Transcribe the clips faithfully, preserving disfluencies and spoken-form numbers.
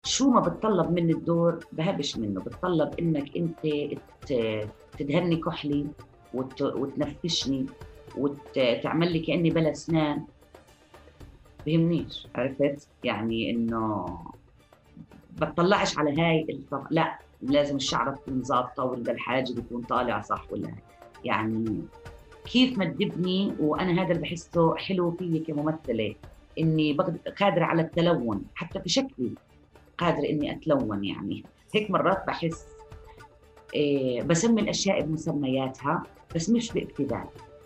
شو ما بتطلب من الدور بهبش منه. بتطلب انك انت تدهني كحلي وت... وتنفشني وتعمل لي كأني بلا اسنان، بهمنيش. عرفت يعني انه بتطلعش على هاي الطب... لا لازم الشعر تكون ظابطه، ولا الحاجب يكون طالع صح، ولا هاي. يعني كيف ما تدبني. وانا هذا اللي بحسه حلو فيي كممثله، اني قادره على التلون حتى في شكلي، قادره اني اتلون. يعني هيك مرات بحس إيه بسمي الاشياء بمسمياتها بس مش بابتذال.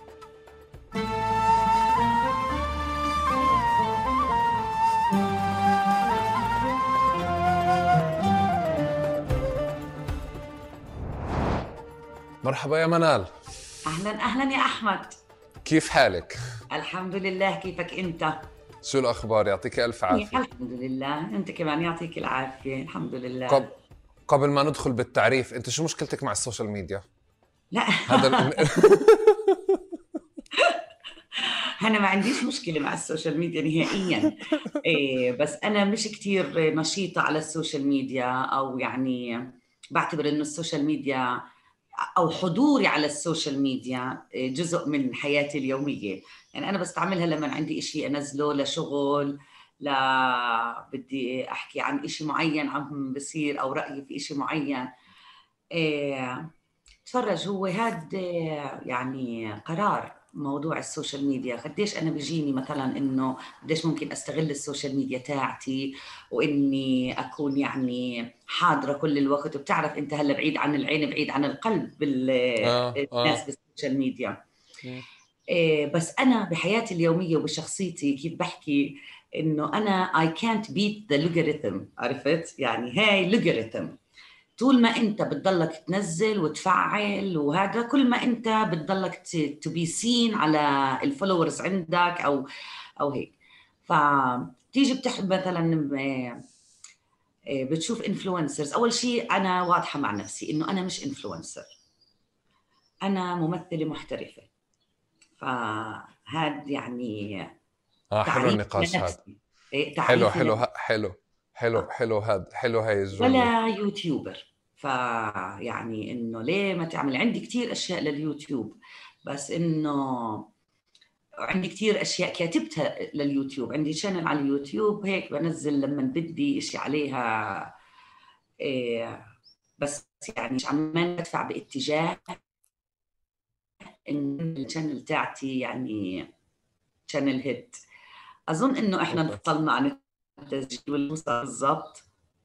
مرحبا يا منال. اهلا اهلا يا احمد، كيف حالك؟ الحمد لله، كيفك انت؟ شو الاخبار؟ يعطيك الف عافيه. الحمد لله، انت كمان يعطيك العافيه. الحمد قبل لله. قبل ما ندخل بالتعريف، انت شو مشكلتك مع السوشيال ميديا؟ لا هذا ال... انا ما عنديش مشكله مع السوشيال ميديا نهائيا. إيه بس انا مش كتير نشيطه على السوشيال ميديا، او يعني بعتبر انه السوشيال ميديا او حضوري على السوشيال ميديا جزء من حياتي اليوميه. يعني انا بستعملها لما عندي إشي انزله لشغل، لا بدي احكي عن إشي معين عم بصير او رايي في إشي معين. إيه تفرج، هو هاد يعني قرار موضوع السوشيال ميديا. قديش انا بيجيني مثلا انه قديش ممكن استغل السوشيال ميديا تاعتي، واني اكون يعني حاضره كل الوقت. وبتعرف انت هلا بعيد عن العين بعيد عن القلب اه بالناس اه بالسوشيال ميديا. إيه بس انا بحياتي اليوميه وبشخصيتي كيف بحكي انه انا I can't beat the logarithm. عرفت يعني هاي logarithm. طول ما انت بتضلك تنزل وتفعل وهذا، كل ما انت بتضلك تبي سين على الفولورز عندك او او هيك. فتيجي بتحب مثلا بتشوف انفلونسرز. اول شيء انا واضحه مع نفسي انه انا مش انفلونسر، انا ممثله محترفه. فهذا يعني اه حلو تعريف النقاش هذا. لنفسي. حلو تعريفي حلو لنفسي. ه- حلو حلو حلو هذا حلو هاي الجمله. ولا يوتيوبر. فيعني انه ليه ما تعمل؟ عندي كتير اشياء لليوتيوب، بس انه عندي كتير اشياء كاتبتها لليوتيوب. عندي شانل على اليوتيوب هيك بنزل لما بدي اشي عليها. إيه بس يعني مش عمال بدفع باتجاه ان الشانل تاعتي يعني شانل هيت. اظن انه احنا اوكي. انفصلنا عن التسجيل والموسيقى بالضبط،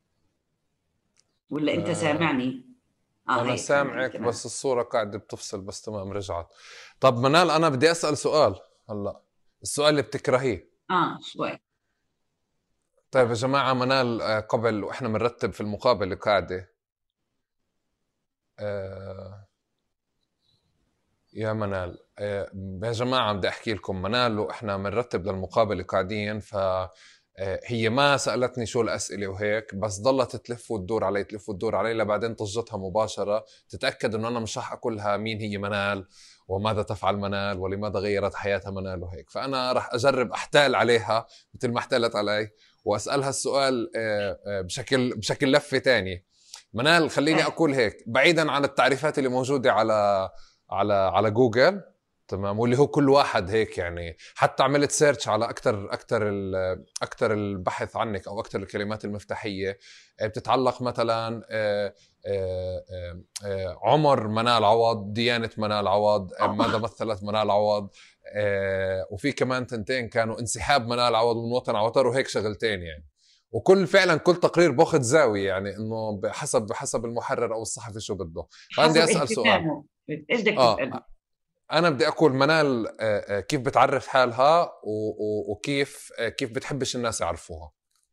ولا انت آه سامعني؟ اه انا هيك سامعني سامعك كمان. بس الصوره قاعده بتفصل، بس تمام رجعت. طب منال، انا بدي اسال سؤال هلا، السؤال اللي بتكرهيه. اه شوي. طيب يا جماعه، منال آه، قبل واحنا بنرتب في المقابله قاعده آه يا منال، آه، يا جماعة بدي أحكي لكم، منال وإحنا بنرتب للمقابلة قاعدين، ف آه، هي ما سألتني شو الأسئلة وهيك، بس ضلت تلف وتدور علي تلف وتدور علي لبعدين طجتها مباشرة تتأكد إنه أنا مش رح أقولها مين هي منال وماذا تفعل منال ولماذا غيرت حياتها منال وهيك. فأنا رح أجرب أحتال عليها مثل ما احتالت علي، وأسألها السؤال آه، آه، بشكل بشكل لفة تاني. منال، خليني أقول هيك، بعيدا عن التعريفات اللي موجودة على على على جوجل، تمام، واللي هو كل واحد هيك يعني، حتى عملت سيرش على اكثر اكثر اكثر البحث عنك او اكثر الكلمات المفتاحيه بتتعلق مثلا آه، آه، آه، آه، عمر منال عوض، ديانه منال عوض، آه، ماذا مثلت منال عوض، آه، وفي كمان تنتين كانوا انسحاب منال عوض من وطن عوطر وهيك شغلتين يعني. وكل فعلا كل تقرير باخذ زاويه، يعني انه بحسب بحسب المحرر او الصحفي شو بده. فانا بدي حسب اسال سؤال. اهتمامه. ايش بدك تسأله؟ اه انا بدي اقول منال آه، آه، كيف بتعرف حالها و- و- وكيف آه، كيف بتحبش الناس يعرفوها.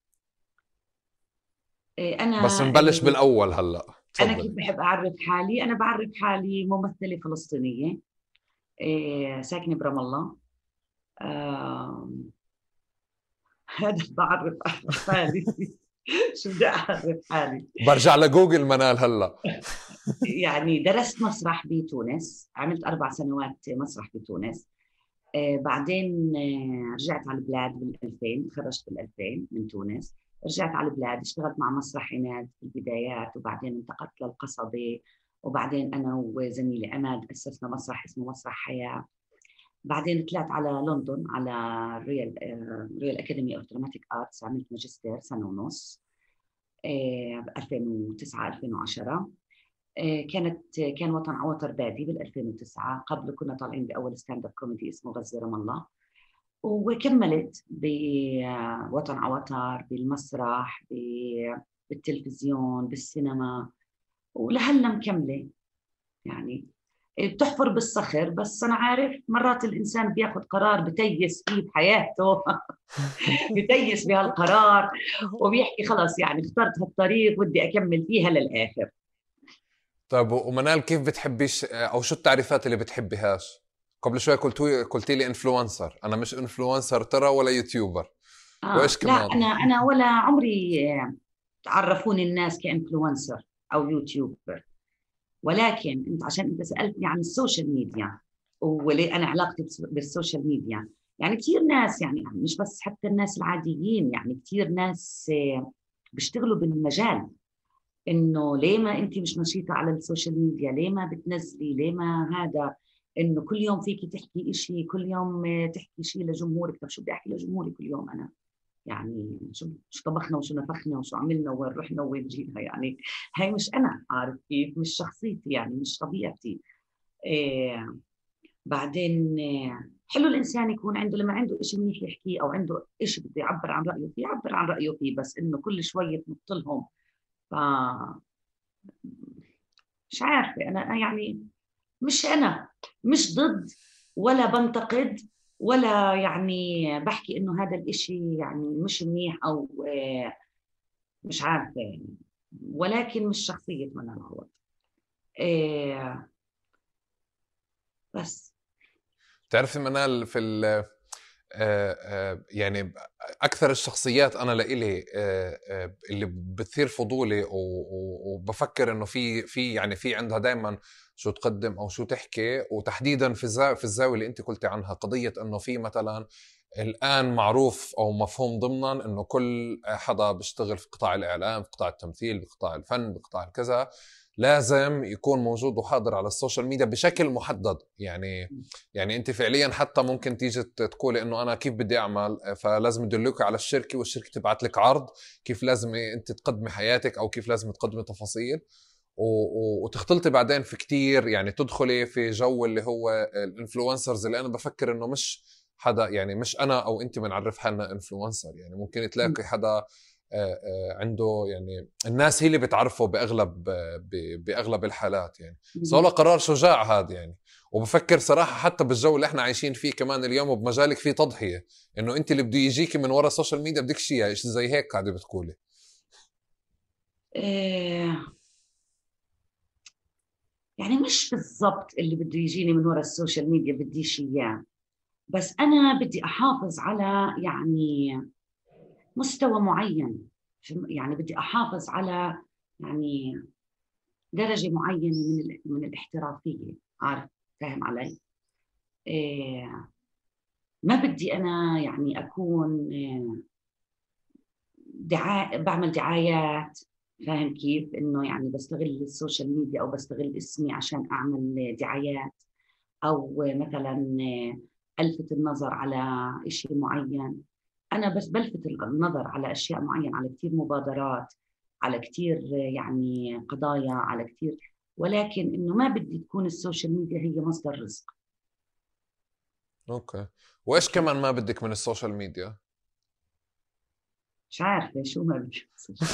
إيه انا بس نبلش إيه بالاول هلا، انا كيف تفضلي. بحب اعرف حالي؟ انا بعرف حالي ممثلة فلسطينية، إيه ساكنة برام الله. آم، هذا بعرف حالي. شو بدي اعرف حالي؟ برجع لجوجل منال هلا. يعني درست مسرح بتونس، عملت اربع سنوات مسرح بتونس. آه بعدين آه رجعت على البلاد بال ألفين، تخرجت بال ألفين من تونس. رجعت على البلاد، اشتغلت مع مسرح عناد في البدايات، وبعدين انتقلت للقصبة، وبعدين أنا وزميلي عماد أسسنا مسرح اسمه مسرح حياة. بعدين طلعت على لندن على ريال ريال أكاديمي أوف دراماتيك آرتس، عملت ماجستير سنة ونص ب ألفين وتسعة ألفين وعشرة. كانت كان وطن عواتر بادي بال ألفين وتسعة، قبل كنا طالعين بأول ستاند اب كوميدي اسمه غزة رام الله، وكملت بوطن عواتر، بالمسرح، بالتلفزيون، بالسينما، ولهلا مكملة يعني. بتحفر بالصخر، بس أنا عارف مرات الإنسان بياخد قرار بتيس فيه بحياته بتيس بهالقرار وبيحكي خلاص يعني اخترت هالطريق ودي أكمل فيها للآخر. طيب ومنال، كيف بتحبيش او شو التعريفات اللي بتحبيهاش؟ قبل شوي قلتوا قلتي لي انفلونسر، انا مش انفلونسر ترى ولا يوتيوبر. آه وايش لا، كمان؟ أنا أنا ولا عمري تعرفوني الناس كإنفلونسر أو يوتيوبر، ولكن أنت عشان أنت سألتني عن السوشيال ميديا وليه أنا علاقتي بالسوشيال ميديا، يعني كثير ناس، يعني مش بس حتى الناس العاديين، يعني كثير ناس بيشتغلوا بالمجال، إنه ليه ما أنت مش نشيطة على السوشيال ميديا، ليه ما بتنزلي، ليه ما هذا، إنه كل يوم فيكي تحكي إشي، كل يوم تحكي شيء لجمهورك. طب شو بدي أحكي لجمهوري كل يوم أنا؟ يعني شو شو طبخنا وشو نفخنا وشو عملنا وين رحنا وين جينا، يعني هاي مش أنا، عارف كيف؟ مش شخصيتي، يعني مش طبيعتي. إيه بعدين إيه حلو الإنسان يكون عنده، لما عنده إشي منيح يحكيه أو عنده إشي بده يعبر عن رأيه فيه يعبر عن رأيه فيه، بس إنه كل شوية تنطلهم. ف مش عارفة أنا يعني، مش أنا مش ضد ولا بنتقد ولا يعني بحكي إنه هذا الإشي يعني مش منيح أو إيه مش عارفة يعني، ولكن مش شخصية منى العوض. إيه بس. تعرفي منال، في ال يعني اكثر الشخصيات انا لإلي اللي بتثير فضولي وبفكر انه في في يعني في عندها دائما شو تقدم او شو تحكي، وتحديدا في في الزاويه اللي انت قلتي عنها، قضيه انه في مثلا الان معروف او مفهوم ضمنا انه كل حدا بيشتغل في قطاع الاعلام، في قطاع التمثيل، بقطاع الفن، بقطاع الكذا، لازم يكون موجود وحاضر على السوشيال ميديا بشكل محدد. يعني يعني انت فعليا حتى ممكن تيجي تقولي انه انا كيف بدي اعمل، فلازم يدلوك على الشركه والشركه تبعت لك عرض كيف لازم انت تقدمي حياتك او كيف لازم تقدمي تفاصيل، وتختلطي بعدين في كتير، يعني تدخلي في جو اللي هو الانفلونسرز، اللي انا بفكر انه مش حدا، يعني مش انا او انت بنعرف حالنا انفلونسر. يعني ممكن تلاقي حدا عنده، يعني الناس هي اللي بتعرفه باغلب باغلب الحالات. يعني صار قرار شجاع هذا يعني. وبفكر صراحه حتى بالجو اللي احنا عايشين فيه كمان اليوم، وبمجالك فيه تضحيه، انه انت اللي بده يجيكي من وراء السوشيال ميديا بدك شيء، ايش زي هيك قاعده بتقولي. إيه يعني مش بالضبط اللي بده يجيني من وراء السوشيال ميديا بدي شيء اياه، بس انا بدي احافظ على يعني مستوى معين، يعني بدي احافظ على يعني درجة معينة من من الاحترافية، عارف؟ فاهم علي؟ إيه ما بدي أنا يعني أكون إيه دعاية، بعمل دعايات، فاهم كيف؟ إنه يعني بستغل السوشيال ميديا أو بستغل اسمي عشان أعمل دعايات، أو مثلا إيه ألفت النظر على إشي معين. أنا بس بلفت النظر على أشياء معينة، على كتير مبادرات، على كتير يعني قضايا، على كتير، ولكن إنه ما بدي تكون السوشيال ميديا هي مصدر رزق. اوكي، وايش أوكي، كمان ما بدك من السوشيال ميديا؟ مش عارفة شو ما بدي.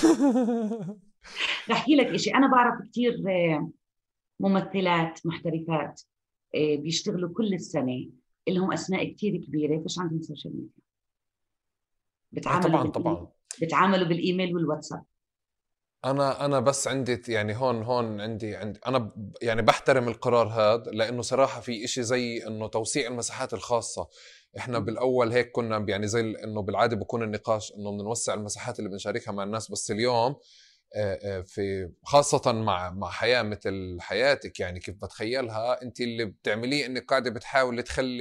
رح أحكي لك إشي، أنا بعرف كتير ممثلات محترفات بيشتغلوا كل السنة، لهم أسماء كتير كبيرة، فيش عندهم سوشيال ميديا، اي بتعاملوا طبعا بالإيميل، طبعا. بتعاملوا بالإيميل والواتساب. انا انا بس عندي يعني هون هون عندي عندي انا ب- يعني بحترم القرار هذا، لانه صراحه في إشي زي انه توسيع المساحات الخاصه. احنا بالاول هيك كنا يعني زي انه بالعاده بكون النقاش انه بدنا نوسع المساحات اللي بنشاركها مع الناس، بس اليوم آه، آه، في خاصة مع مع حياة مثل حياتك، يعني كيف بتخيلها انت اللي بتعمليه انك قاعدة بتحاول تخلي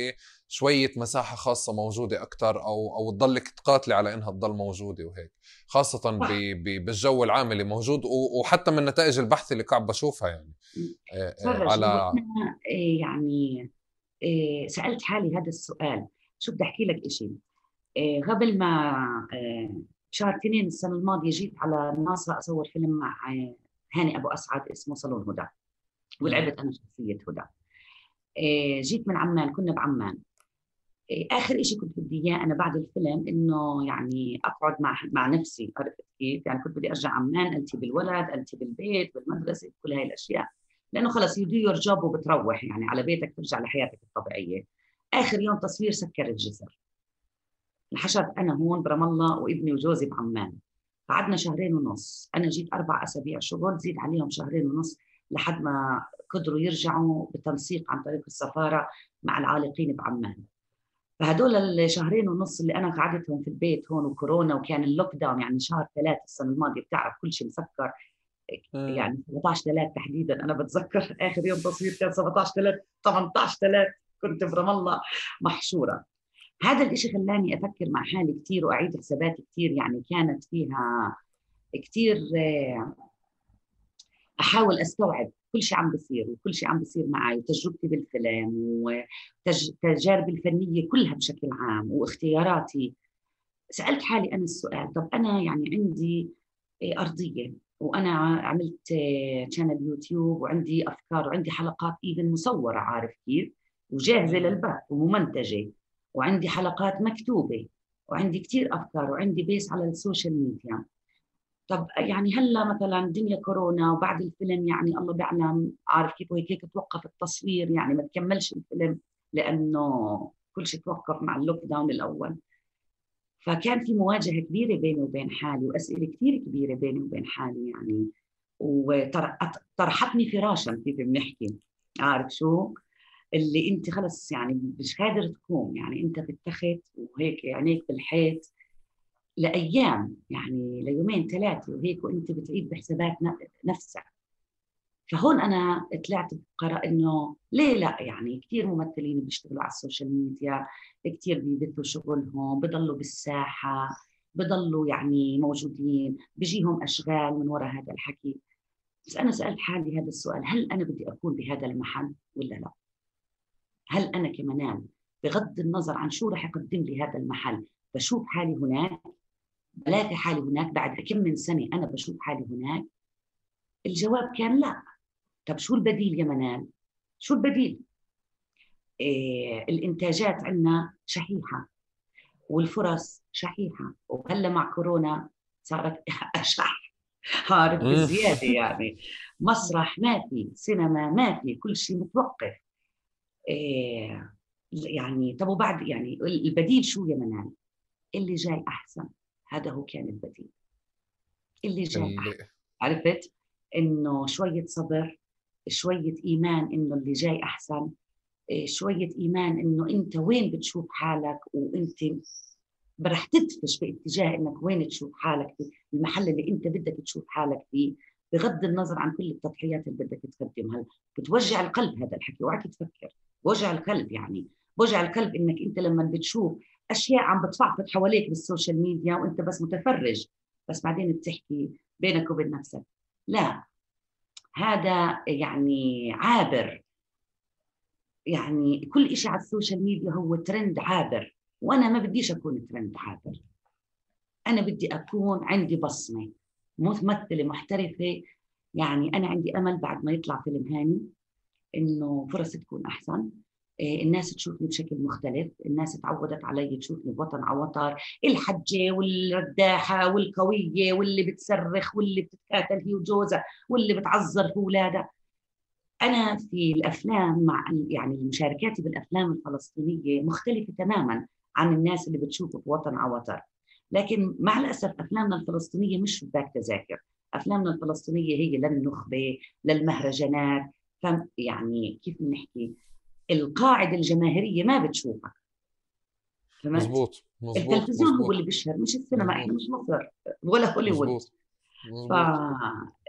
شوية مساحة خاصة موجودة أكتر، أو أو تضلك تقاتلي على إنها تضل موجودة وهيك، خاصة ب ب بالجو العام اللي موجود، وحتى من نتائج البحث اللي قاعد بشوفها يعني آه، آه، فرج هو على أنا إيه يعني إيه سألت حالي هذا السؤال. شو بدي أحكي لك إشي. إيه قبل ما إيه شهر اثنين السنة الماضية جيت على الناصرة أصور فيلم مع إيه هاني أبو أسعد اسمه صالون هدى، ولعبت أنا شخصية هدى. إيه جيت من عمان، كنا بعمان. إيه آخر إشي كنت بدي إياه أنا بعد الفيلم إنه يعني أقعد مع مع نفسي، عرفت كيف؟ يعني كنت بدي أرجع عمان، أنت بالولد، أنت بالبيت، بالمدرسة، كل هاي الأشياء، لأنه خلص يو دو يور جوب وبتروح يعني على بيتك، ترجع لحياتك الطبيعية. آخر يوم تصوير سكر الجسر، انحشرت أنا هون برام الله وابني وجوزي بعمان. قعدنا شهرين ونص، أنا جيت أربع أسابيع شغل، زيد عليهم شهرين ونص لحد ما قدروا يرجعوا بتنسيق عن طريق السفارة مع العالقين بعمان. فهدول الشهرين ونص اللي انا قعدتهم في البيت هون وكورونا وكان اللوك داون، يعني شهر ثلاثة السنه الماضيه بتعرف كل شيء مسكر، مم. يعني سبعطعش ثلاثة تحديدا انا بتذكر اخر يوم تصوير كان سبعطعش ثلاثة ثمانية عشر ثلاثة كنت برام الله محشوره. هذا الإشي خلاني افكر مع حالي كثير واعيد حساباتي كثير، يعني كانت فيها كثير احاول استوعب كل شيء عم بيصير وكل شيء عم بيصير معي، وتجربتي بالفيلم وتجاربي الفنيه كلها بشكل عام واختياراتي. سالت حالي انا السؤال، طب انا يعني عندي ارضيه، وانا عملت شانل يوتيوب وعندي افكار وعندي حلقات ايفن مصوره، عارف كيف، وجاهزه للبث وممنتجه، وعندي حلقات مكتوبه، وعندي كثير افكار، وعندي بيس على السوشيال ميديا. طب يعني هلا مثلا دنيا كورونا وبعد الفيلم يعني الله بيعلم، عارف كيف، وهيك هيك توقف التصوير، يعني ما تكملش الفيلم لانه كل شيء توقف مع اللوك داون الاول. فكان في مواجهه كبيره بيني وبين حالي، واسئله كثير كبيره بيني وبين حالي يعني، وطرحتني فراشا كيف بنحكي، عارف شو اللي انت خلص يعني مش قادر تقوم، يعني انت بالتخت وهيك عينيك بالحيط لايام، يعني ليومين ثلاثه وهيك، وانت بتعيد بحسابات نفسك. فهون انا طلعت بقرار انه ليه لا، يعني كثير ممثلين بيشتغلوا على السوشيال ميديا، كثير بيبثوا شغلهم، بضلوا بالساحه، بضلوا يعني موجودين، بيجيهم اشغال من وراء هذا الحكي. بس انا سالت حالي هذا السؤال، هل انا بدي اكون بهذا المحل ولا لا؟ هل انا كمنال بغض النظر عن شو رح يقدم لي هذا المحل بشوف حالي هناك، بلاقي حالي هناك بعد كم من سنة أنا بشوف حالي هناك؟ الجواب كان لا. طب شو البديل يا منال؟ شو البديل؟ إيه الإنتاجات عندنا شحيحة والفرص شحيحة، وهلا مع كورونا صارت أشح، عارف مم. بزيادة يعني. مسرح ما في، سينما ما في، كل شيء متوقف. إيه يعني طب وبعد يعني البديل شو يا منال؟ اللي جاي أحسن، هذا هو كان البديل، اللي جاي اللي أحسن. عرفت إنه شوية صبر، شوية إيمان إنه اللي جاي أحسن، إيه، شوية إيمان إنه أنت وين بتشوف حالك، وأنت رح تدفش باتجاه إنك وين تشوف حالك في المحل اللي أنت بدك تشوف حالك فيه، بغض النظر عن كل التضحيات اللي بدك تقدمها. بتوجع القلب هذا الحكي، وعك تفكر، بوجع القلب يعني، بوجع القلب إنك أنت لما بتشوف أشياء عم بتفعفط حواليك بالسوشيال ميديا وأنت بس متفرج، بس بعدين بتحكي بينك وبين نفسك لا، هذا يعني عابر، يعني كل إشي على السوشيال ميديا هو ترند عابر، وأنا ما بديش أكون ترند عابر. أنا بدي أكون عندي بصمة، ممثلة محترفة. يعني أنا عندي أمل بعد ما يطلع فيلم هاني إنه فرص تكون أحسن، إيه، الناس تشوفني بشكل مختلف، الناس تعودت علي تشوفني بوطن عوطر، الحجة والرداحة والقوية واللي بتصرخ واللي بتتقاتل هي وجوزها واللي بتعذر في أولادها. أنا في الأفلام مع يعني مشاركاتي بالأفلام الفلسطينية مختلفة تماما عن الناس اللي بتشوفه في وطن عوطر، لكن مع الأسف أفلامنا الفلسطينية مش باك تذاكر، أفلامنا الفلسطينية هي للنخبة، للمهرجانات، فم يعني كيف بنحكي، القاعدة الجماهيرية ما بتشوفك، فهمت؟ مزبوط مزبوط التلفزيون هو مزبوط اللي بيشهر مش السينما، مزبوط احنا مش مصر ولا هوليوود. مزبوط ف مزبوط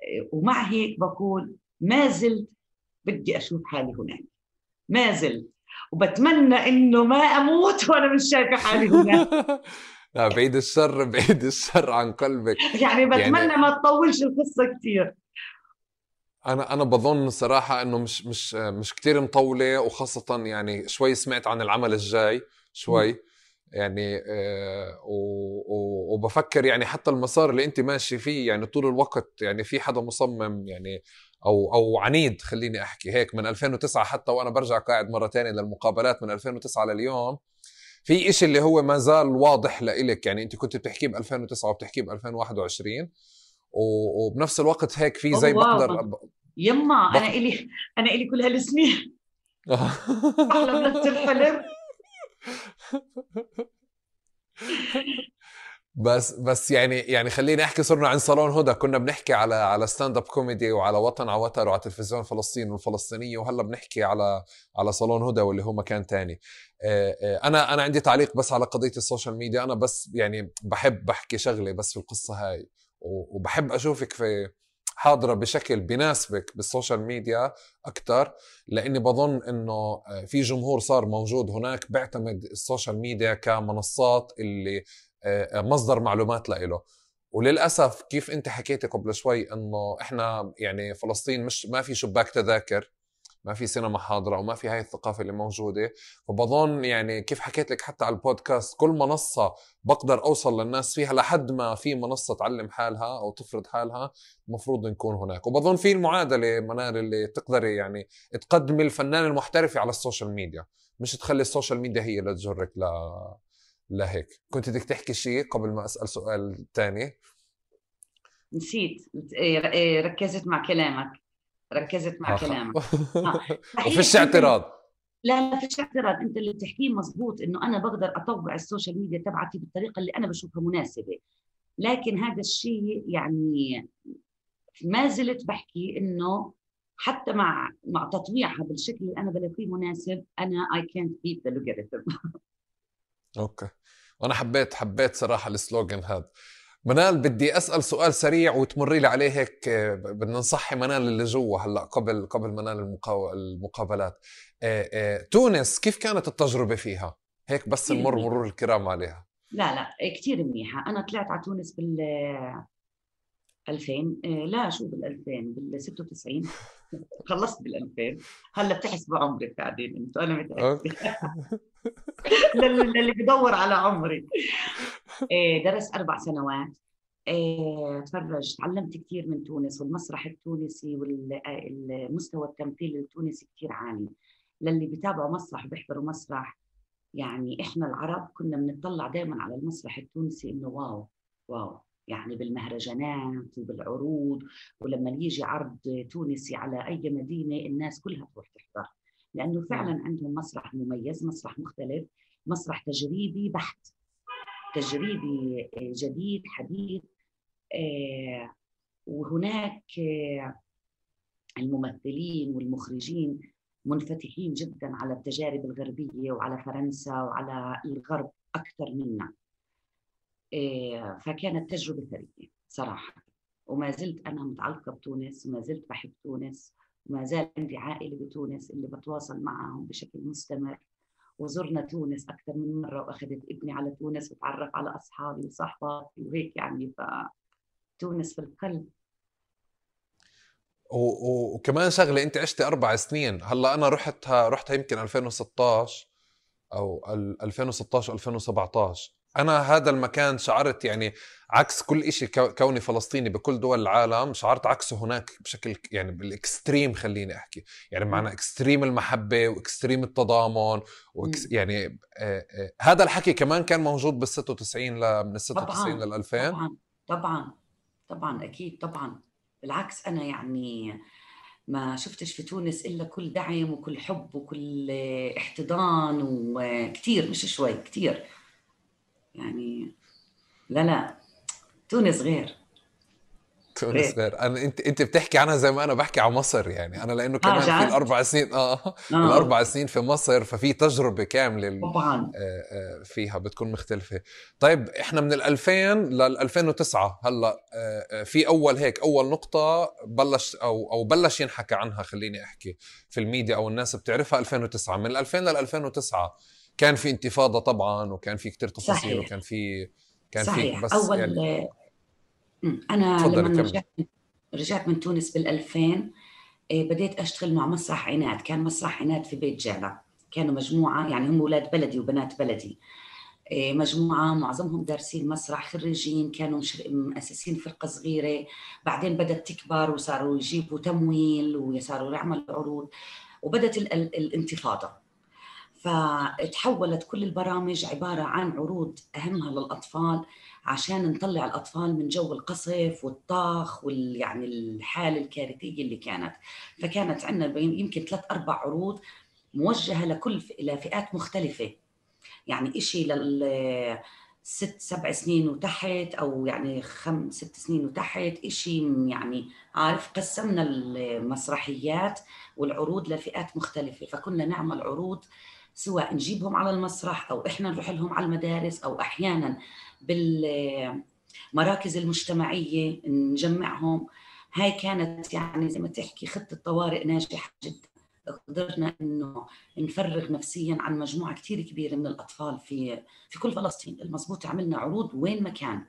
ومع هيك بقول ما زلت بدي اشوف حالي هناك، ما زلت. وبتمنى إنه ما أموت وأنا مش شايفة حالي هناك. لا بعيد الشر، بعيد الشر عن قلبك. يعني يعني بتمنى ما تطولش القصة كتير. انا انا بظن صراحه انه مش مش مش كثير مطوله، وخاصه يعني شوي سمعت عن العمل الجاي شوي يعني. آه، و- و- وبفكر يعني حتى المسار اللي انت ماشي فيه يعني طول الوقت، يعني في حدا مصمم يعني او او عنيد، خليني احكي هيك، من ألفين وتسعة حتى وانا برجع قاعد مره تانية للمقابلات من ألفين وتسعة لليوم، في إشي اللي هو ما زال واضح لإلك. يعني انت كنت بتحكيه ب ألفين وتسعة وبتحكيه ب ألفين وواحد وعشرين، و- وبنفس الوقت هيك في أوه زي بقدر واو. يما أنا بق... إلي أنا إلي كل هالسنين بحلم نفس الحلم. بس بس يعني يعني خليني احكي، صرنا عن صالون هدى كنا بنحكي على على ستاند اب كوميدي وعلى وطن عوتر وعلى تلفزيون فلسطين والفلسطينيه، وهلا بنحكي على على صالون هدى واللي هو مكان تاني. آه، آه، انا انا عندي تعليق بس على قضيه السوشيال ميديا. انا بس يعني بحب بحكي شغله بس في القصه هاي، و- وبحب اشوفك في حاضرة بشكل بيناسبك بالسوشيال ميديا أكتر، لأني بظن أنه آه، في جمهور صار موجود هناك بيعتمد السوشيال ميديا كمنصات اللي مصدر معلومات لإله. وللأسف كيف أنت حكيتي قبل شوي أنه إحنا يعني فلسطين مش ما في شباك تذاكر، ما في سينما حاضرة وما في هاي الثقافة اللي موجودة. فبظن يعني كيف حكيت لك حتى على البودكاست، كل منصة بقدر أوصل للناس فيها لحد ما في منصة تعلم حالها أو تفرض حالها، المفروض نكون هناك. وبظن في المعادلة منال اللي تقدري يعني تقدمي الفنان المحترف على السوشيال ميديا، مش تخلي السوشيال ميديا هي اللي تجرك ل لهيك. كنت بدك تحكي شيء قبل ما أسأل سؤال تاني؟ نسيت. إيه، إيه، ركزت مع كلامك. ركزت مع ها خ... كلامك. اه صحيح وفيش انت ال... اعتراض. لا لا فيش اعتراض. انت اللي بتحكيه مزبوط، انه انا بقدر اطوع السوشيال ميديا تبعتي بالطريقه اللي انا بشوفها مناسبه. لكن هذا الشيء يعني ما زلت بحكي انه حتى مع مع تطويعها بالشكل اللي انا بلاقيه مناسب، انا I can't beat the algorithm. اوكي. وانا حبيت حبيت صراحه السلوغن هذا. منال بدي اسال سؤال سريع وتمري لي عليه هيك. آه، بدنا نصحي منال اللي جوا هلا قبل قبل منال المقا... المقابلات. آه، آه، تونس كيف كانت التجربه فيها؟ هيك بس كثير نمر منيحه. مرور الكرام عليها. لا لا كثير منيحه. انا طلعت على تونس بال ألفين. آه، لا شو بال ألفين، بال ستة وتسعين. خلصت بال ألفين. هلا بتحسبوا عمري قاعدين انتوا، انا اوكي. متاكده. للي للي بدور على عمري. آه، درست اربع سنوات. آه، تفرج تعلمت كثير من تونس، والمسرح التونسي والمستوى التمثيل التونسي كثير عالي. للي بيتابعوا مسرح وبيحضروا مسرح، يعني احنا العرب كنا بنطلع دائما على المسرح التونسي انه واو واو. يعني بالمهرجانات وبالعروض، ولما يجي عرض تونسي على اي مدينه الناس كلها تروح تحضر، لانه مم. فعلا عندهم مسرح مميز، مسرح مختلف، مسرح تجريبي بحت، تجريبي آه، جديد حديث. آه، وهناك آه، الممثلين والمخرجين منفتحين جدا على التجارب الغربية وعلى فرنسا وعلى الغرب أكثر منا. إيه، فكانت تجربة ثرية صراحة. وما زلت أنا متعلقة بتونس، وما زلت بحب تونس، وما زال عندي عائلة بتونس اللي بتواصل معهم بشكل مستمر. وزرنا تونس أكثر من مرة، وأخذت ابني على تونس وتعرف على أصحابي وصحباتي وهيك يعني. فتونس في القلب. و- و- وكمان شغله، انت عشتي اربع سنين. هلا انا رحتها رحتها يمكن ألفين وستطعش او ال- ألفين وستطعش ألفين وسبعطعش. انا هذا المكان شعرت يعني عكس كل إشي، كو- كوني فلسطيني بكل دول العالم شعرت عكسه هناك بشكل ك- يعني بالاكستريم، خليني احكي يعني معنا اكستريم المحبة واكستريم التضامن وإكس يعني آه آه هذا الحكي كمان كان موجود بال ستة وتسعين ل من ال ستة وتسعين طبعا لل ألفين. طبعا طبعا طبعا اكيد طبعا. بالعكس انا يعني ما شفتش في تونس الا كل دعم وكل حب وكل احتضان، وكثير مش شوي كثير يعني. لا لا تونس غير. تونس غير. انا انت انت بتحكي عنها زي ما انا بحكي عن مصر يعني. انا لانه كمان في اه الاربع سنين اه اه الاربع اوكي. سنين في مصر، ففي تجربه كامله طبعا. فيها بتكون مختلفه. طيب احنا من الألفين لل ألفين وتسعة هلا في اول هيك اول نقطه بلش او او بلش ينحكى عنها، خليني احكي في الميديا او الناس بتعرفها. ألفين وتسعة، من ألفين لل ألفين وتسعة كان في انتفاضه طبعا، وكان في كتير تفاصيل، صحيح وكان في كان في صحيح. بس اول يعني. م، انا تفضلي لما كمل. رجعت رجعت من تونس بالألفين، إيه، بديت أشتغل مع مسرح عناد. كان مسرح عناد في بيت جعلة، كانوا مجموعة يعني هم أولاد بلدي وبنات بلدي. إيه، مجموعة معظمهم دارسين مسرح، خريجين، كانوا مش- مؤسسين فرقة صغيرة. بعدين بدأت تكبر وصاروا يجيبوا تمويل وصاروا يعملوا عروض، وبدأت ال- ال- الانتفاضة. فتحولت كل البرامج عبارة عن عروض أهمها للأطفال، عشان نطلع الأطفال من جو القصف والطاخ وال يعني الحالة الكارثية اللي كانت. فكانت عندنا يمكن ثلاث أربع عروض موجهة لكل ف- إلى فئات مختلفة. يعني إشي لل ست سبع سنين وتحت، أو يعني خمس ست سنين وتحت، إشي يعني عارف. قسمنا المسرحيات والعروض لفئات مختلفة، فكنا نعمل عروض سواء نجيبهم على المسرح أو إحنا نروح لهم على المدارس، أو أحيانا بالمراكز المجتمعية نجمعهم. هاي كانت يعني زي ما تحكي خطة طوارئ ناجحة جدا. قدرنا انه نفرغ نفسيا عن مجموعه كثير كبيره من الاطفال في في كل فلسطين. المضبوط عملنا عروض وين ما كان،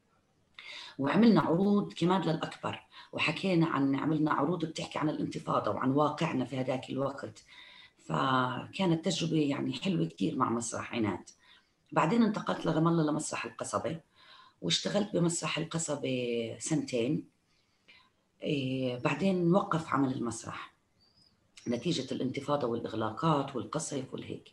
وعملنا عروض كمان للاكبر، وحكينا عن عملنا عروض بتحكي عن الانتفاضه وعن واقعنا في هذاك الوقت. فكانت تجربه يعني حلوه كثير مع مسرح عناد. بعدين انتقلت لرام الله لمسرح القصبه، واشتغلت بمسرح القصبه سنتين. إيه، بعدين وقف عمل المسرح نتيجة الانتفاضة والإغلاقات والقصف والهيك.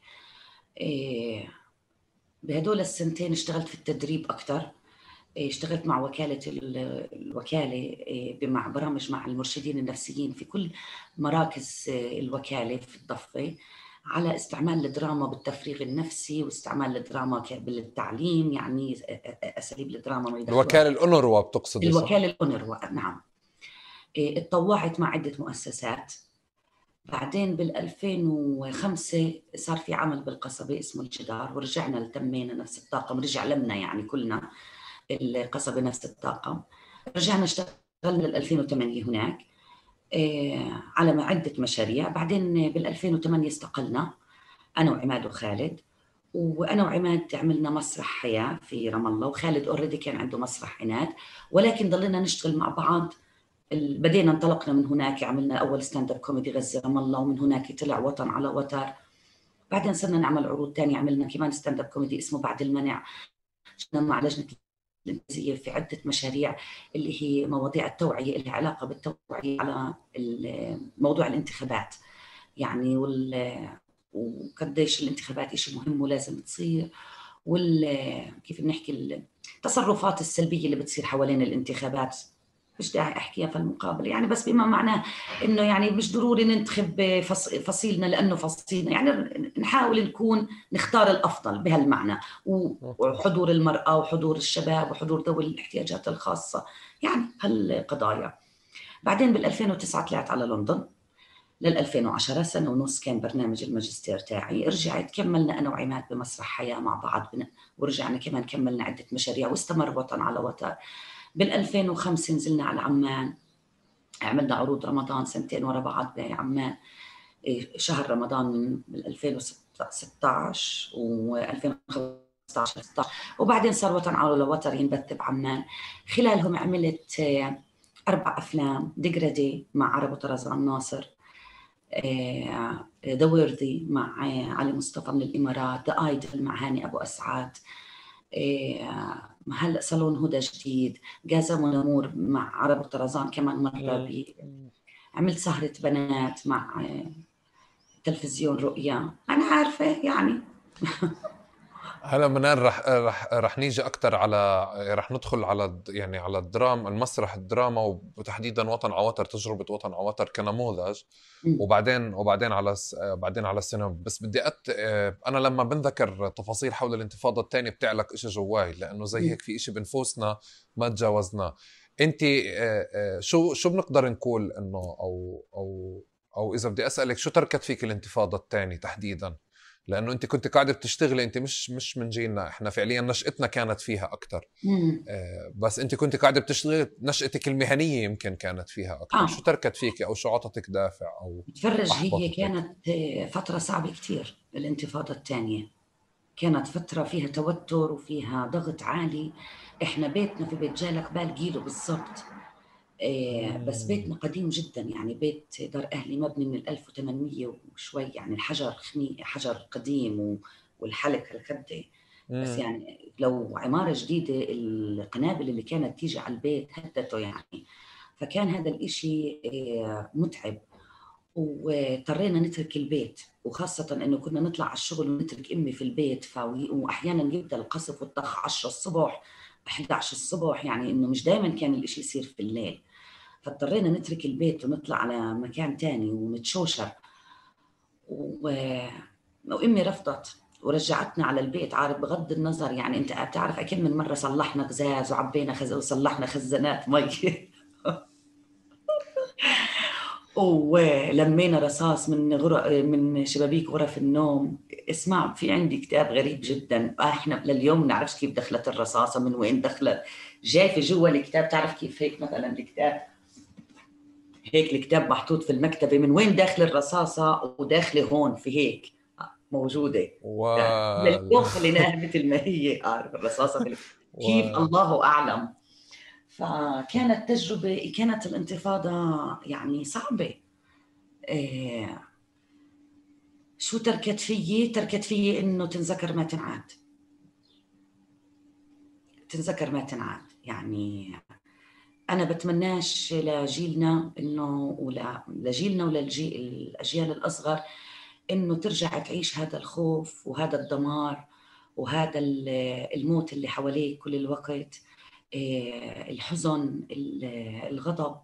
إيه، بهدول السنتين اشتغلت في التدريب أكثر. إيه، اشتغلت مع وكالة الوكالة، إيه، مع برامج مع المرشدين النفسيين في كل مراكز إيه، الوكالة في الضفة، على استعمال الدراما بالتفريغ النفسي، واستعمال الدراما بالتعليم، يعني أساليب الدراما ما يدخلوها. الوكالة الأونروا بتقصدي صح؟ الوكالة الأونروا، نعم. إيه، اتطوعت مع عدة مؤسسات. بعدين بال ألفين وخمسة صار في عمل بالقصبة اسمه الجدار، ورجعنا التمينا نفس الطاقم، رجع لنا يعني كلنا القصبة نفس الطاقم. رجعنا اشتغلنا بال ألفين وثمانية هناك إيه، على عدة مشاريع. بعدين بال ألفين وثمانية استقلنا أنا وعماد وخالد. وأنا وعماد عملنا مسرح حياة في رام الله، وخالد اوريدي كان عنده مسرح عناد، ولكن ضلينا نشتغل مع بعض. بدينا انطلقنا من هناك، عملنا أول ستاند اب كوميدي غزة رام الله، ومن هناك طلع وطن على وتر. بعدين صرنا نعمل عروض تانية، عملنا كمان ستاند اب كوميدي اسمه بعد المنع، مع لجنة الإنجليزية في عدة مشاريع اللي هي مواضيع التوعية، اللي علاقة بالتوعية على موضوع الانتخابات يعني، وال وقديش الانتخابات إشي مهم ولازم تصير، وال كيف بنحكي التصرفات السلبية اللي بتصير حوالين الانتخابات. مش داعي احكيها في المقابله يعني، بس بما معناه انه يعني مش ضروري ننتخب فصيلنا لانه فصيلنا، يعني نحاول نكون نختار الافضل بهالمعنى. وحضور المراه وحضور الشباب وحضور ذوي الاحتياجات الخاصه، يعني هالقضايا. بعدين بال ألفين وتسعة طلعت على لندن لل ألفين وعشرة، سنه ونص كان برنامج الماجستير تاعي. رجعت كملنا انا وعماد بمسرح حياه مع بعض، ورجعنا كمان كملنا عده مشاريع، واستمر وطن على وتر. بال ألفين وخمسة نزلنا على عمان، عملنا عروض رمضان سنتين ورا بعض بعمان. شهر رمضان من ألفين وستة عشر و ألفين وخمسة عشر، وبعدين صار وطن على وتر ينبث بعمان. خلالهم عملت أربع أفلام: ديجرادي مع عرب وطرزان ناصر، ذا وورثي مع علي مصطفى من الإمارات، ذا آيدل مع هاني أبو أسعد، هلا صالون هدى جديد، جازا ونمور مع عرب وطرزان كمان مرة بي. عملت سهرة بنات مع تلفزيون رؤيا. أنا عارفة يعني. هلا منال رح رح رح نيجي اكثر على رح ندخل على يعني على الدراما، المسرح الدراما، وتحديدا وطن عواتر، تجربه وطن عواتر كنموذج، وبعدين وبعدين على بعدين على السينما. بس بدي أت... انا لما بنذكر تفاصيل حول الانتفاضه الثانيه بتعلق إشي جواي، لانه زي هيك في إشي بنفوسنا ما تجاوزناه. انت آه، آه، شو شو بنقدر نقول انه او او او اذا بدي اسالك شو تركت فيك الانتفاضه الثانيه تحديدا؟ لانه انت كنت قاعده بتشتغلي، انت مش مش من جيلنا، احنا فعليا نشأتنا كانت فيها اكثر. مم. بس انت كنت قاعده بتشتغلي، نشأتك المهنيه يمكن كانت فيها اكثر. شو اه تركت فيك او شو عطتك دافع او تفرج، هي احبطتك؟ كانت فترة صعبة كتير. الانتفاضة الثانية كانت فترة فيها توتر وفيها ضغط عالي. احنا بيتنا في بيت جالك قبال جيله بالضبط. إيه بس مم. بيتنا قديم جدا، يعني بيت دار أهلي مبني من ألف وثمانمية وشوي، يعني الحجر خني حجر قديم و- والحلك هالقد. بس مم. يعني لو عمارة جديدة القنابل اللي كانت تيجي على البيت هدته يعني. فكان هذا الإشي إيه متعب، واضطرينا نترك البيت، وخاصة إنه كنا نطلع على الشغل ونترك أمي في البيت. ف... وأحيانا يبدأ القصف والطخ عشرة الصبح، أحد عشر الصبح، يعني إنه مش دائما كان الإشي يصير في الليل. فاضطرينا نترك البيت ونطلع على مكان تاني ونتشوشر و... وأمي رفضت ورجعتنا على البيت. عارف، بغض النظر يعني أنت بتعرف أكيد من مرة صلحنا غزاز وعبينا خز... وصلحنا خزانات مي ولمينا رصاص من غرف من شبابيك غرف النوم. اسمع، في عندي كتاب غريب جدا، احنا لليوم ما نعرفش كيف دخلت الرصاصه، من وين دخلت. جاي في جوا الكتاب، تعرف كيف هيك مثلا الكتاب هيك الكتاب محطوط في المكتبه، من وين داخل الرصاصه وداخله هون في هيك موجوده. وال لليوم خليناها مثل ما هي، عارف الرصاصه في كيف، و الله اعلم. فكانت تجربه، كانت الانتفاضه يعني صعبه. إيه، شو تركت فيي؟ تركت فيي انه تنذكر ما تنعاد، تنذكر ما تنعاد يعني. انا بتمناش لجيلنا انه، ولا لجيلنا ولا الاجيال الاصغر، انه ترجع تعيش هذا الخوف وهذا الدمار وهذا الموت اللي حواليك كل الوقت، الحزن، الغضب.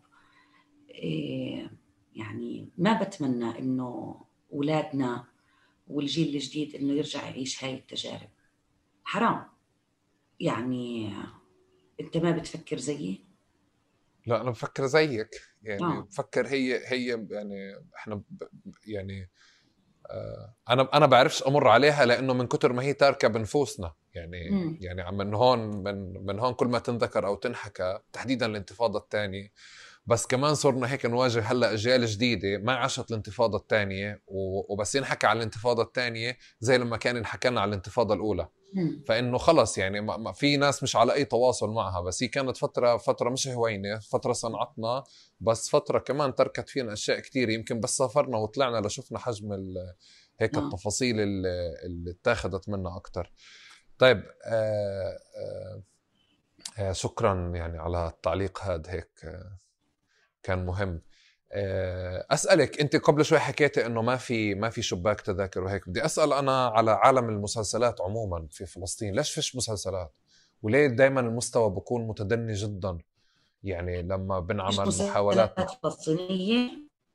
يعني ما بتمنى انه اولادنا والجيل الجديد انه يرجع يعيش هاي التجارب. حرام يعني. انت ما بتفكر زيي؟ لا انا بفكر زيك، يعني اه. بفكر هي هي يعني احنا ب... يعني آه، انا انا بعرفش امر عليها لانه من كتر ما هي تاركه بنفوسنا، يعني امم. يعني من هون من من هون كل ما تنذكر او تنحكى تحديدا الانتفاضه الثانيه. بس كمان صرنا هيك نواجه هلا اجيال جديده ما عاشت الانتفاضه الثانيه، وبس ينحكى على الانتفاضه الثانيه زي لما كان ينحكى لنا على الانتفاضه الاولى. امم. فانه خلص يعني ما ما- في ناس مش على اي تواصل معها، بس هي كانت فتره فتره مش هوينه، فتره صنعتنا، بس فتره كمان تركت فينا اشياء كتير. يمكن بس سافرنا وطلعنا لشوفنا حجم ال- هيك اه. التفاصيل اللي, اللي اتاخذت منا اكتر. طيب آه آه آه شكرا يعني على التعليق هذا، هيك آه كان مهم. آه اسالك، انت قبل شوي حكيتي انه ما في ما في شباك تذاكر وهيك، بدي اسال انا على عالم المسلسلات عموما في فلسطين. ليش فيش مسلسلات؟ وليه دائما المستوى بيكون متدني جدا؟ يعني لما مش بنعمل محاولات مسلسلات مح... فلسطينيه؟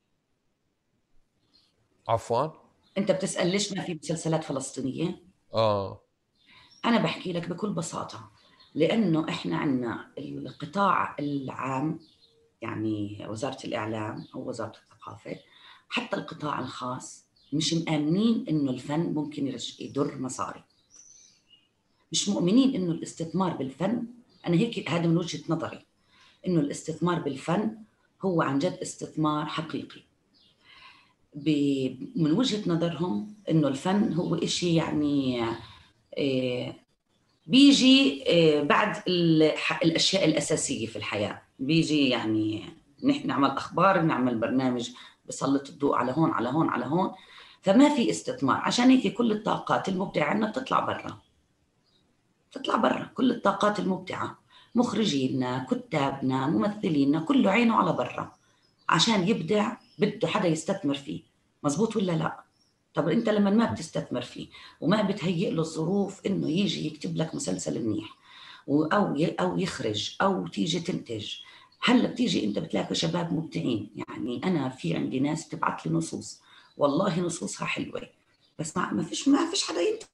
عفوا. انت بتسال ليش ما في مسلسلات فلسطينيه؟ اه. انا بحكي لك بكل بساطه، لانه احنا عندنا القطاع العام، يعني وزاره الاعلام او وزاره الثقافه، حتى القطاع الخاص مش مآمنين انه الفن ممكن يدر مصاري. مش مؤمنين انه الاستثمار بالفن، انا هيك هذا من وجهة نظري، انه الاستثمار بالفن هو عن جد استثمار حقيقي. من وجهة نظرهم انه الفن هو إشي يعني آه، بيجي آه، بعد الاشياء الاساسية في الحياة، بيجي يعني نحن نعمل اخبار، نعمل برنامج بسلط الضوء على هون على هون على هون. فما في استثمار، عشان هيك كل الطاقات المبدعة عندنا بتطلع برا، تطلع برا. كل الطاقات المبدعة، مخرجينا، كتابنا، ممثلينا، كله عينه على برا، عشان يبدع بده حدا يستثمر فيه. مزبوط ولا لا؟ طب انت لما ما بتستثمر فيه وما بتهيئ له الظروف انه يجي يكتب لك مسلسل منيح او او يخرج او تيجي تنتج، هلا بتيجي انت بتلاقي شباب مبدعين. يعني انا في عندي ناس تبعت لي نصوص، والله نصوصها حلوه، بس ما فيش ما فيش حدا ينتج،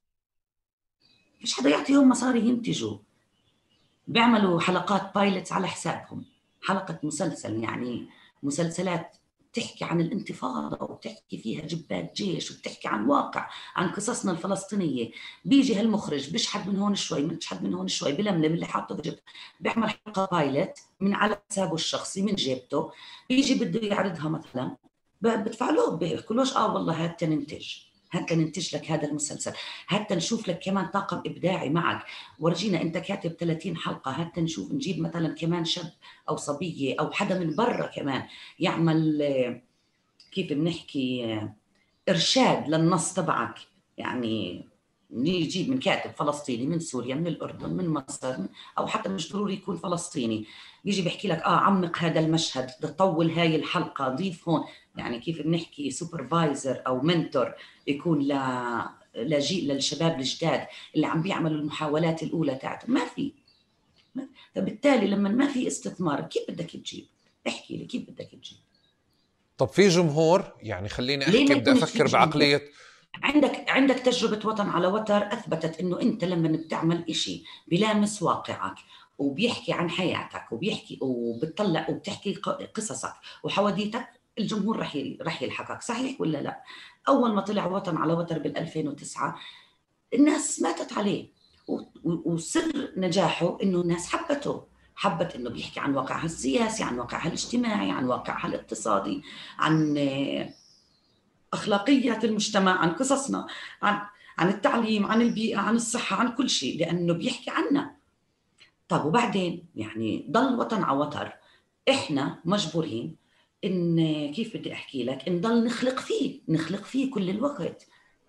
فيش حدا يعطيهم مصاري ينتجوا، بيعملوا حلقات بايلتس على حسابهم. حلقة مسلسل، يعني مسلسلات بتحكي عن الانتفاضة وبتحكي فيها جبات جيش وبتحكي عن واقع، عن قصصنا الفلسطينية. بيجي هالمخرج بيشحد من هون شوي، بيشحد من هون شوي، بلملم اللي حاطه في جيبته، بيعمل حلقة بايلوت من على حسابه الشخصي من جيبته، بيجي بده يعرضها مثلا، بدفع له، بيقولوش اه والله هات ننتج، هات ننتج لك هذا المسلسل، هات نشوف لك كمان طاقم ابداعي معك، ورجينا انت كاتب ثلاثين حلقه، هات نشوف نجيب مثلا كمان شاب او صبيه او حدا من برا كمان يعمل كيف بنحكي ارشاد للنص تبعك. يعني نجيب من كاتب فلسطيني من سوريا من الاردن من مصر، او حتى مش ضروري يكون فلسطيني، بيجي بيحكي لك اه عمق هذا المشهد، طول هاي الحلقه، ضيف هون. يعني كيف بنحكي سوبرفايزر او منتور يكون ل لجيل للشباب الجداد اللي عم بيعملوا المحاولات الاولى تاعتهم، ما في. فبالتالي لما ما في استثمار كيف بدك تجيب؟ احكي لي كيف بدك تجيب؟ طب في جمهور، يعني خليني ليه احكي ما بدي يكونش في افكر جمهور؟ بعقلية. عندك عندك تجربة وطن على وتر أثبتت إنه أنت لما بتعمل إشي بلامس واقعك وبيحكي عن حياتك وبيحكي وبتطلع وبتحكي قصصك وحواديتك، الجمهور رح رح يلحقك، صحيح ولا لا؟ أول ما طلع وطن على وتر بال ألفين وتسعة الناس ماتت عليه، وسر نجاحه إنه الناس حبته، حبت إنه بيحكي عن واقعها السياسي، عن واقعها الاجتماعي، عن واقعها الاقتصادي، عن أخلاقيات المجتمع، عن قصصنا، عن عن التعليم، عن البيئة، عن الصحة، عن كل شيء، لأنه بيحكي عنا. طب وبعدين يعني ضل وطن على وتر، إحنا مجبورين إن كيف بدي أحكي لك، إن ضل نخلق فيه نخلق فيه كل الوقت،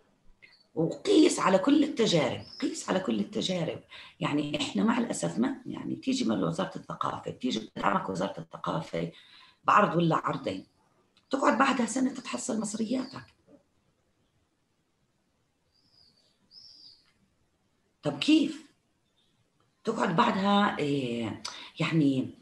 وقيس على كل التجارب، قيس على كل التجارب. يعني إحنا مع الأسف ما يعني تيجي من وزارة الثقافة، تيجي بتدعمك وزارة الثقافة بعرض ولا عرضين، تقعد بعدها سنة تتحصل مصرياتك. طب كيف تقعد بعدها إيه؟ يعني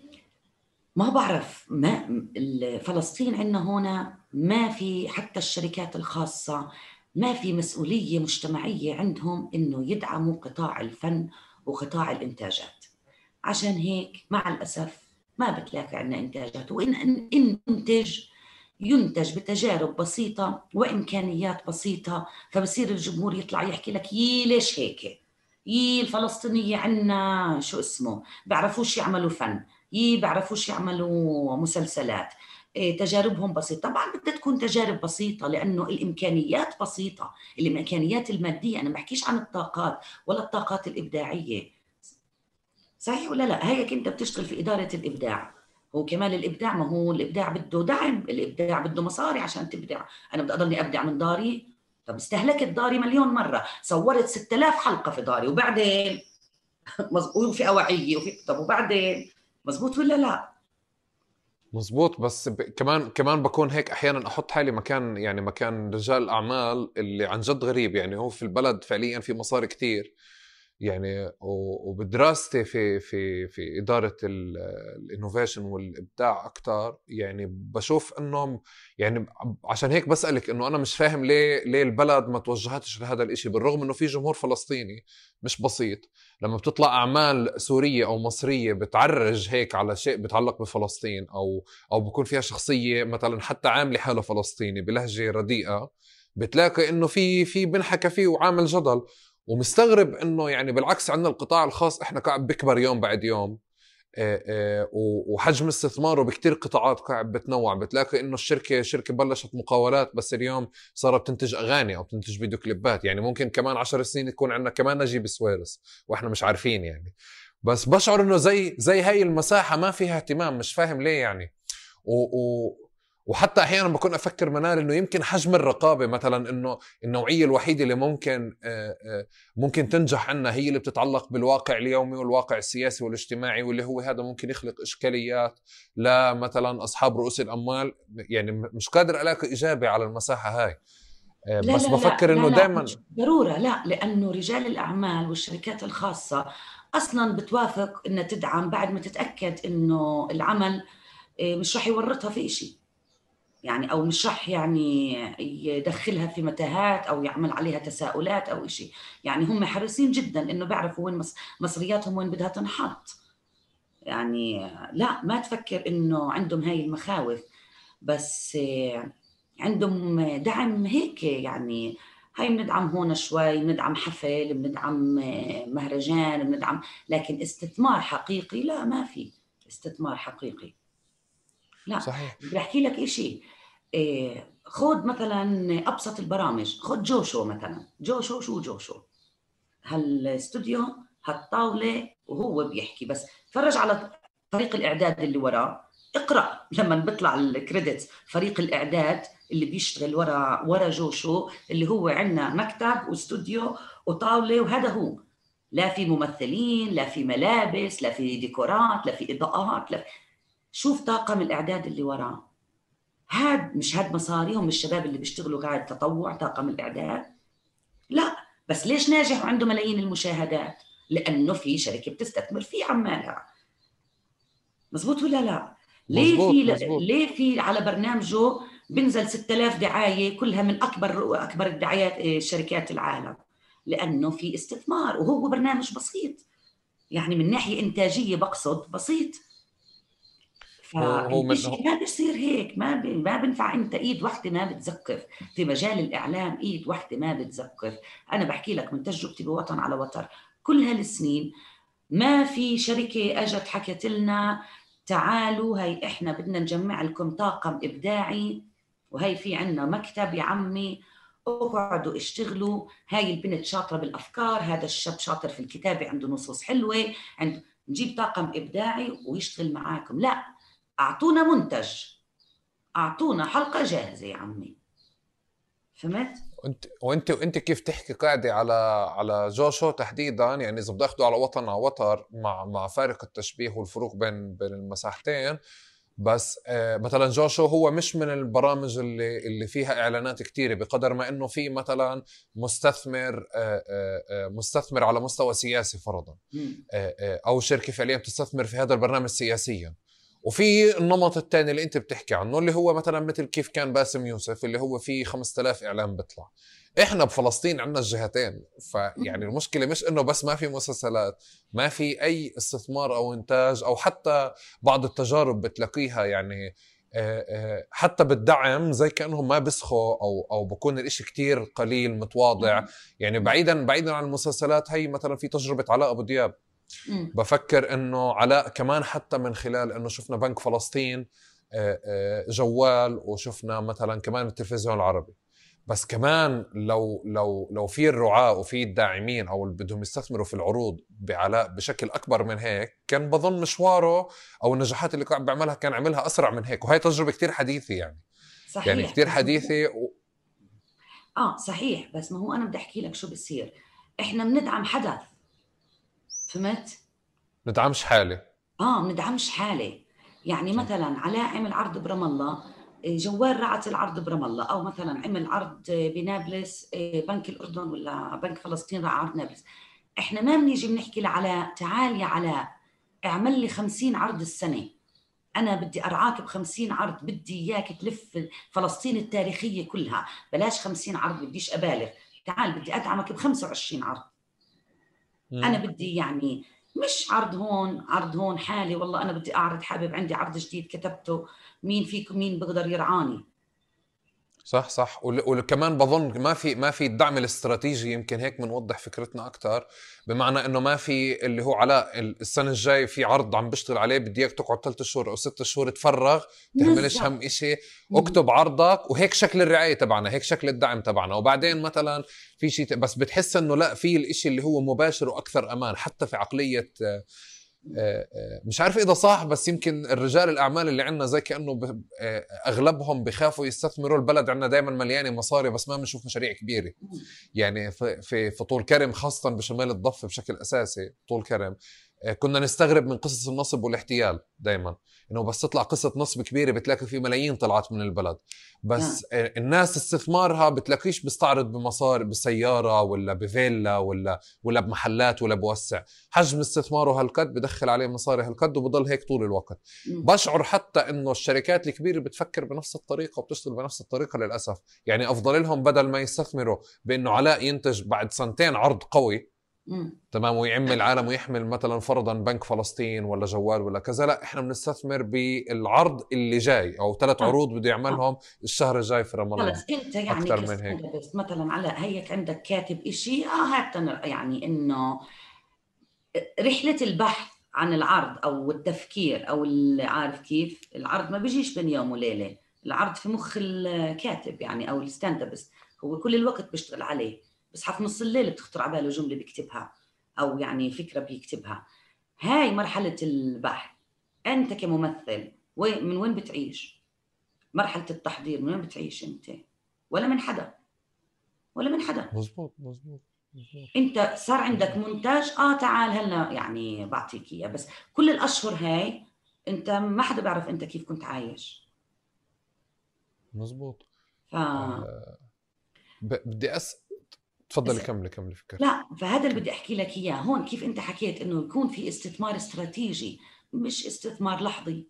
ما بعرف، ما فلسطين عندنا هنا ما في حتى الشركات الخاصة ما في مسؤولية مجتمعية عندهم إنه يدعموا قطاع الفن وقطاع الإنتاجات. عشان هيك مع الأسف ما بتلاقي عندنا إنتاجات، وإن إن إنتج ينتج بتجارب بسيطة وإمكانيات بسيطة، فبصير الجمهور يطلع يحكي لك يي ليش هيك، يي الفلسطينية عنا شو اسمه بيعرفوش يعملوا فن، يي بيعرفوش يعملوا مسلسلات، إيه تجاربهم بسيطة. طبعا بدها تكون تجارب بسيطة لأنه الإمكانيات بسيطة، الإمكانيات المادية، أنا ما بحكيش عن الطاقات ولا الطاقات الإبداعية، صحيح ولا لا؟ هيك أنت بتشتغل في إدارة الإبداع، هو كمان الإبداع، ما هو الإبداع بده دعم، الإبداع بده مصاري عشان تبدع. أنا بدي أضلني أبدع من داري؟ طب استهلكت داري مليون مرة، صورت ستة آلاف حلقة في داري وبعدين وفي أوعية وفي، طب وبعدين مزبوط ولا لا؟ مزبوط، بس ب... كمان كمان بكون هيك احيانا احط حالي مكان، يعني مكان رجال الاعمال اللي عن جد غريب. يعني هو في البلد فعليا في مصاري كتير، يعني و- وبدراستي في في في اداره الانوفيشن والابداع اكثر، يعني بشوف انه يعني عشان هيك بسالك انه انا مش فاهم ليه ليه البلد ما توجهتش لهذا الاشي، بالرغم انه في جمهور فلسطيني مش بسيط. لما بتطلع اعمال سوريه او مصريه بتعرج هيك على شيء بيتعلق بفلسطين، او او بكون فيها شخصيه مثلا حتى عامله حاله فلسطيني بلهجه رديئه، بتلاقي انه في في بنحكى فيه وعامل جدل. ومستغرب انه يعني بالعكس عندنا القطاع الخاص احنا قاعد بكبر يوم بعد يوم، آه، آه، وحجم استثماره بكتير قطاعات قاعد بتنوع. بتلاقي انه الشركه شركه بلشت مقاولات بس اليوم صارت تنتج اغاني او تنتج فيديو كليبات. يعني ممكن كمان عشر سنين يكون عندنا كمان نجيب سويرس واحنا مش عارفين يعني. بس بشعر انه زي زي هاي المساحه ما فيها اهتمام، مش فاهم ليه يعني. و, و وحتى احيانا بكون افكر منال انه يمكن حجم الرقابه مثلا، انه النوعيه الوحيده اللي ممكن آه، آه، ممكن تنجح عنا هي اللي بتتعلق بالواقع اليومي والواقع السياسي والاجتماعي، واللي هو هذا ممكن يخلق اشكاليات لمثلا اصحاب رؤوس الاموال. يعني مش قادر الاقي اجابه على المساحه هاي. آه، لا بس لا لا بفكر لا انه لا دائما. مش ضرورة، لا، لأنه رجال الأعمال والشركات الخاصة أصلا بتوافق إنها تدعم بعد ما تتأكد إنه العمل إيه، مش راح يورطها في إشي، يعني أو مش راح يعني يدخلها في متاهات أو يعمل عليها تساؤلات أو إشي. يعني هم حريصين جدا إنه بيعرفوا وين مص- مصرياتهم وين بدها تنحط. يعني لا ما تفكر إنه عندهم هاي المخاوف، بس عندهم دعم هيك يعني. هاي بندعم هون شوي، بندعم حفل، بندعم مهرجان، بندعم، لكن استثمار حقيقي لا، ما في استثمار حقيقي لا. صحيح. بحكي لك إشي، إيه، خذ مثلا أبسط البرامج، خذ جوشو مثلا. جوشو شو جوشو؟ هالاستوديو، هالطاولة، وهو بيحكي بس. فرج على فريق الإعداد اللي وراه، اقرأ لما بيطلع الكريدتس، فريق الإعداد اللي بيشتغل ورا ورا جوشو، اللي هو عندنا مكتب واستوديو وطاولة، وهذا هو. لا في ممثلين، لا في ملابس، لا في ديكورات، لا في إضاءات، لا في... شوف طاقم الإعداد اللي وراه. هاد مش هاد مصاريهم الشباب اللي بيشتغلوا قاعد تطوع طاقم الإعداد؟ لا. بس ليش ناجح وعنده ملايين المشاهدات؟ لأنه في شركة بتستثمر في عمالها. مزبوط ولا لا؟ ليه في مزبوط مزبوط. ليه في على برنامجه بنزل ستة آلاف دعاية كلها من أكبر أكبر الدعايات شركات العالم؟ لأنه في استثمار، وهو برنامج بسيط يعني، من ناحية إنتاجية بقصد بسيط. هو هو من فالإشي هو ما بيصير هيك، ما بي ما بنفع. انت ايد واحدة ما بتزقف في مجال الإعلام، ايد واحدة ما بتزقف. أنا بحكي لك من تجربتي بوطن على وتر كل هالسنين، ما في شركة اجت حكت لنا تعالوا هاي احنا بدنا نجمع لكم طاقم إبداعي، وهي في عنا مكتب يا عمي، اقعدوا اشتغلوا، هاي البنت شاطرة بالأفكار، هذا الشاب شاطر في الكتابة عنده نصوص حلوة، عند نجيب طاقم إبداعي ويشتغل معاكم. لا، أعطونا منتج، أعطونا حلقة جاهزة يا عمي. فهمت؟ وانت وانت وانت كيف تحكي قاعده على على جوشو تحديدا، يعني اذا بدي اخذه على وطن على وتر، مع مع فارق التشبيه والفروق بين بين المساحتين. بس آه مثلا جوشو هو مش من البرامج اللي اللي فيها اعلانات كتيره، بقدر ما انه في مثلا مستثمر آه آه آه مستثمر على مستوى سياسي فرضا، آه آه او شركه فعليا بتستثمر في هذا البرنامج سياسيا. وفي النمط الثاني اللي انت بتحكي عنه، اللي هو مثلا مثل كيف كان باسم يوسف، اللي هو فيه خمسة آلاف اعلان بيطلع. احنا بفلسطين عندنا الجهتين، فيعني المشكله مش انه بس ما في مسلسلات، ما في اي استثمار او انتاج، او حتى بعض التجارب بتلاقيها يعني حتى بالدعم زي كانهم ما بسخوا، او او بكون الاشي كتير قليل متواضع. يعني بعيدا بعيدا عن المسلسلات، هي مثلا في تجربه علاء ابو دياب، بفكر انه علاء كمان حتى من خلال انه شفنا بنك فلسطين جوال، وشفنا مثلا كمان التلفزيون العربي. بس كمان لو لو لو في الرعاة وفي الداعمين او اللي بدهم يستثمروا في العروض بعلاء بشكل اكبر من هيك، كان بظن مشواره او النجاحات اللي قاعد بيعملها كان عملها اسرع من هيك. وهي تجربة كتير حديثة يعني. يعني صحيح. كتير بس حديثة و... اه صحيح، بس ما هو انا بدي احكي لك شو بصير. احنا بندعم حدث، فهمت؟ ندعمش حالي. اه بندعمش حالة. يعني صح. مثلا علاء عمل عرض برام الله، جوال رعت العرض برام الله، او مثلا عمل عرض بنابلس، بنك الاردن ولا بنك فلسطين رعى عرض نابلس. احنا ما بنيجي بنحكي لعلاء تعال يا علاء اعمل لي خمسين عرض السنة، أنا بدي أرعاك بخمسين عرض، بدي إياك تلف فلسطين التاريخية كلها، بلاش خمسين عرض بديش أبالغ، تعال بدي أدعمك بخمسة وعشرين عرض. أنا مم. بدي يعني مش عرض هون عرض هون حالي، والله أنا بدي أعرض، حابب عندي عرض جديد كتبته، مين فيكم مين بقدر يرعاني؟ صح صح. وكمان بظن ما في ما في الدعم الاستراتيجي، يمكن هيك بنوضح فكرتنا اكثر. بمعنى انه ما في اللي هو علاء السنه الجاي في عرض عم بشتغل عليه، بدي اياك تقعد ثلاث شهور او ست شهور تفرغ، تهملش هم بالضبط. إشي، اكتب عرضك. وهيك شكل الرعايه تبعنا، هيك شكل الدعم تبعنا. وبعدين مثلا في شيء بس بتحس انه لا، في الإشي اللي هو مباشر واكثر امان، حتى في عقليه مش عارف إذا صح، بس يمكن الرجال الأعمال اللي عنا زي كأنه أغلبهم بخافوا يستثمروا. البلد عنا دائما مليانة مصاري، بس ما بنشوف مشاريع كبيرة. يعني في في في طول كرم، خاصة بشمال الضفة بشكل أساسي، طول كرم كنا نستغرب من قصص النصب والاحتيال دايما، انه بس تطلع قصة نصب كبيرة بتلاقي في ملايين طلعت من البلد. بس آه. الناس استثمارها بتلاقيش بيستعرض بمصاري بسيارة ولا بفيلا ولا ولا بمحلات ولا بوسع. حجم استثماره هالقد، بدخل عليه مصاري هالقد، وبضل هيك طول الوقت. م. بشعر حتى انه الشركات الكبيرة بتفكر بنفس الطريقة وبتشتغل بنفس الطريقة للأسف. يعني افضل لهم بدل ما يستثمروا بانه علاء ينتج بعد سنتين عرض قوي، مم. تمام، ويعم العالم ويحمل مثلا فرضا بنك فلسطين ولا جوال ولا كذا. لا، احنا بنستثمر بالعرض اللي جاي، او ثلاث آه. عروض بده آه. يعملهم الشهر الجاي في رام الله، خلص انت يعني اكثر من هيك. كستاند مثلا على هيك عندك كاتب اشي، اه هات يعني انه رحلة البحث عن العرض او التفكير او عارف كيف العرض ما بيجيش بين يوم وليلة. العرض في مخ الكاتب يعني او الستاند ابست، هو كل الوقت بيشتغل عليه، بصحى في نص الليل بتخطر على باله جملة بيكتبها او يعني فكرة بيكتبها. هاي مرحلة البحث. انت كممثل من وين بتعيش؟ مرحلة التحضير من وين بتعيش انت؟ ولا من حدا، ولا من حدا. مزبوط مزبوط مزبوط انت صار عندك مزبوط منتج، اه تعال هلا يعني بعطيك اياه، بس كل الاشهر هاي انت ما حدا بيعرف انت كيف كنت عايش. مزبوط. ف آه ب- بدي أس تفضلي، بس كملي كملي فكرتك. لا، فهذا اللي كمل. بدي احكي لك اياه هون، كيف انت حكيت انه يكون في استثمار استراتيجي مش استثمار لحظي.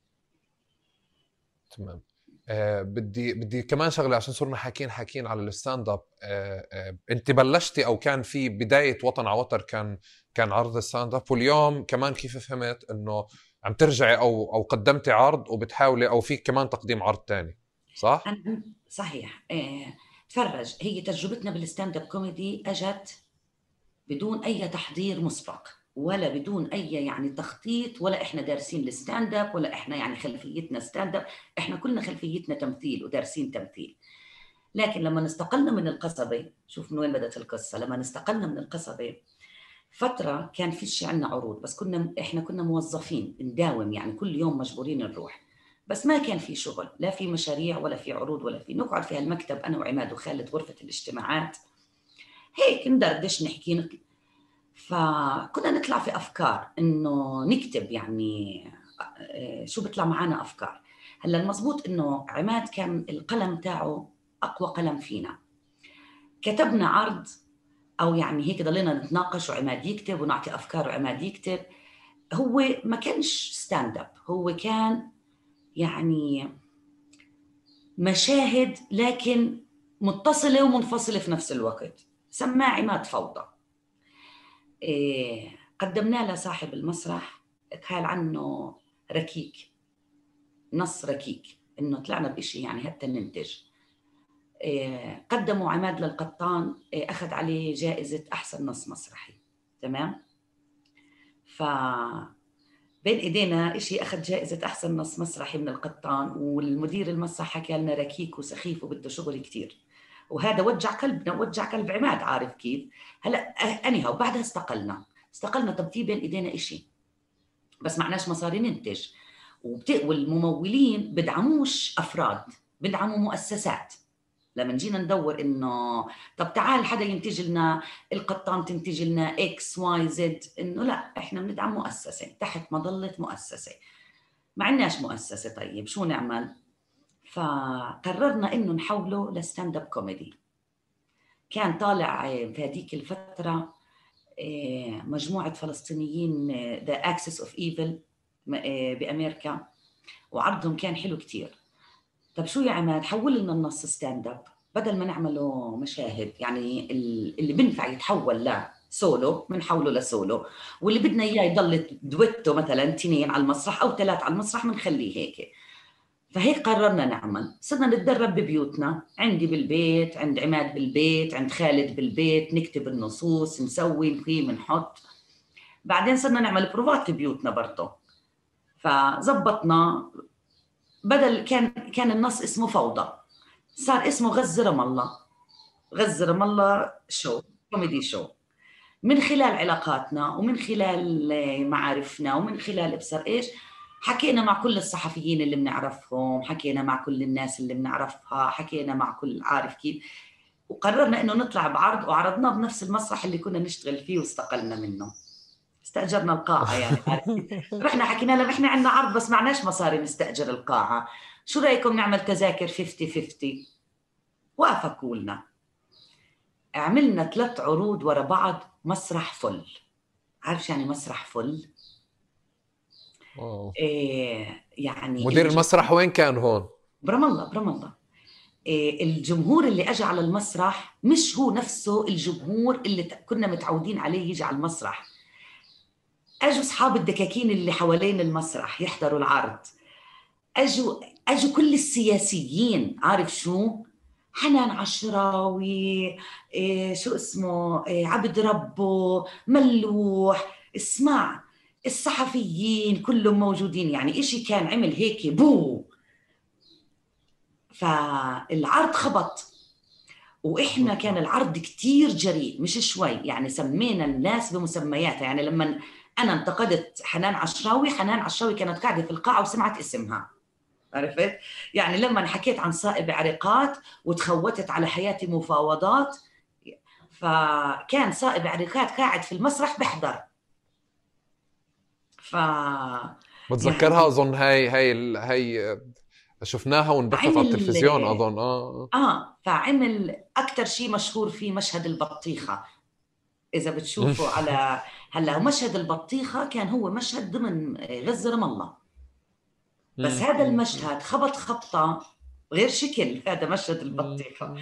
تمام. آه بدي بدي كمان شغله، عشان صرنا حاكين حاكين على الستاند اب. آه آه انت بلشتي او كان في بدايه وطن على وتر، كان كان عرض الستاند اب، واليوم كمان كيف فهمت انه عم ترجعي او او قدمتي عرض وبتحاولي، او في كمان تقديم عرض تاني، صح؟ انا صحيح. اه تفرج، هي تجربتنا بالستاند اب كوميدي اجت بدون اي تحضير مسبق، ولا بدون اي يعني تخطيط، ولا احنا دارسين الستاند اب، ولا احنا يعني خلفيتنا ستاند اب. احنا كلنا خلفيتنا تمثيل ودارسين تمثيل. لكن لما استقلنا من القصبة، شوف من وين بدأت القصة. لما استقلنا من القصبة فترة كان فيش عندنا عروض، بس كنا احنا كنا موظفين نداوم يعني كل يوم مجبورين نروح، بس ما كان في شغل، لا في مشاريع ولا في عروض ولا في. نقعد في هالمكتب انا وعماد وخالد غرفة الاجتماعات، هيك ندردش نحكي. فكنا نطلع في افكار انه نكتب يعني آه، شو بيطلع معنا افكار. هلا المضبوط انه عماد كان القلم تاعه اقوى قلم فينا. كتبنا عرض او يعني هيك ضلينا نتناقش وعماد يكتب ونعطي افكار وعماد يكتب. هو ما كانش ستاند اب، هو كان يعني مشاهد لكن متصلة ومنفصلة في نفس الوقت. سماه عماد فوضى. إيه، قدمناه لصاحب المسرح، قال عنه ركيك، نص ركيك، انه طلعنا بشيء يعني حتى ننتج. إيه، قدموا عماد للقطان، إيه، اخذ عليه جائزة احسن نص مسرحي. تمام. ف بين ايدينا اشي اخذ جائزة احسن نص مسرحي من القطان، والمدير المسرح حكى لنا ركيك وسخيف وبده شغل كثير. وهذا وجع قلبنا ووجع قلب عماد، عارف كيف. هلا انهى وبعدها استقلنا. استقلنا، طب في بين ايدينا اشي بس معناش مصاري ننتج. وبت... والممولين بدعموش افراد، بدعموا مؤسسات. لما جينا ندور انه طب تعال حدا ينتج لنا، القطان تنتج لنا اكس واي زد، انه لا احنا بندعم مؤسسه تحت مظله مؤسسه. ما عندناش مؤسسه، طيب شو نعمل؟ فقررنا انه نحوله لستاند اب كوميدي. كان طالع في هذيك الفتره مجموعه فلسطينيين ذا اكسس اوف ايفل بامريكا، وعرضهم كان حلو كتير. طب شو يا عماد، حول لنا النص ستاند اب بدل ما نعمله مشاهد، يعني اللي بنفع يتحول لسولو بنحوله لسولو، واللي بدنا اياه يضل دويتو مثلا تنين على المسرح او ثلاث على المسرح بنخليه هيك. فهيك قررنا نعمل. صرنا نتدرب ببيوتنا، عندي بالبيت، عند عماد بالبيت، عند خالد بالبيت، نكتب النصوص، نسوي نقيم نحط. بعدين صرنا نعمل بروفات في بيوتنا برضه. فزبطنا، بدل كان كان النص اسمه فوضى، صار اسمه غز رم الله. غز رم الله شو، كوميدي شو. من خلال علاقاتنا ومن خلال معارفنا ومن خلال ابصر ايش، حكينا مع كل الصحفيين اللي بنعرفهم، حكينا مع كل الناس اللي بنعرفها، حكينا مع كل، عارف كيف. وقررنا انه نطلع بعرض وعرضناه بنفس المسرح اللي كنا نشتغل فيه واستقلنا منه. استأجرنا القاعة يعني، عارف كيف. رحنا حكينا لهم احنا عندنا عرض بس معناش مصاري نستأجر القاعة، شو رأيكم نعمل تذاكر خمسين خمسين؟ وافقوا لنا. عملنا ثلاث عروض ورا بعض مسرح فل. عارف يعني مسرح فل؟ واو. إيه يعني مدير الج... المسرح وين كان هون؟ برام الله، برام الله. الجمهور اللي اجى على المسرح مش هو نفسه الجمهور اللي كنا متعودين عليه يجي على المسرح. اجوا اصحاب الدكاكين اللي حوالين المسرح يحضروا العرض، اجوا اجوا كل السياسيين، عارف شو، حنان عشراوي، إيه شو اسمه، إيه عبد ربه، ملوح، اسمع، الصحفيين كلهم موجودين، يعني اشي كان عمل هيك بو. فالعرض خبط، واحنا كان العرض كتير جريء مش شوي، يعني سمينا الناس بمسمياتها. يعني لما انا انتقدت حنان عشراوي، حنان عشراوي كانت قاعده في القاعه وسمعت اسمها، عرفت؟ يعني لما حكيت عن صائب عريقات وتخوتت على حياتي مفاوضات، فكان صائب عريقات قاعد في المسرح بحضر. ف بتذكرها يعني اظن، هاي هاي ال- هاي شفناها وانبثت على عمل التلفزيون اظن. اه اه فعمل اكثر شيء مشهور فيه مشهد البطيخه، اذا بتشوفوا على هلا. مشهد البطيخه كان هو مشهد ضمن غزه رام الله، بس هذا المشهد خبط خبطه غير شكل، هذا مشهد البطيخه.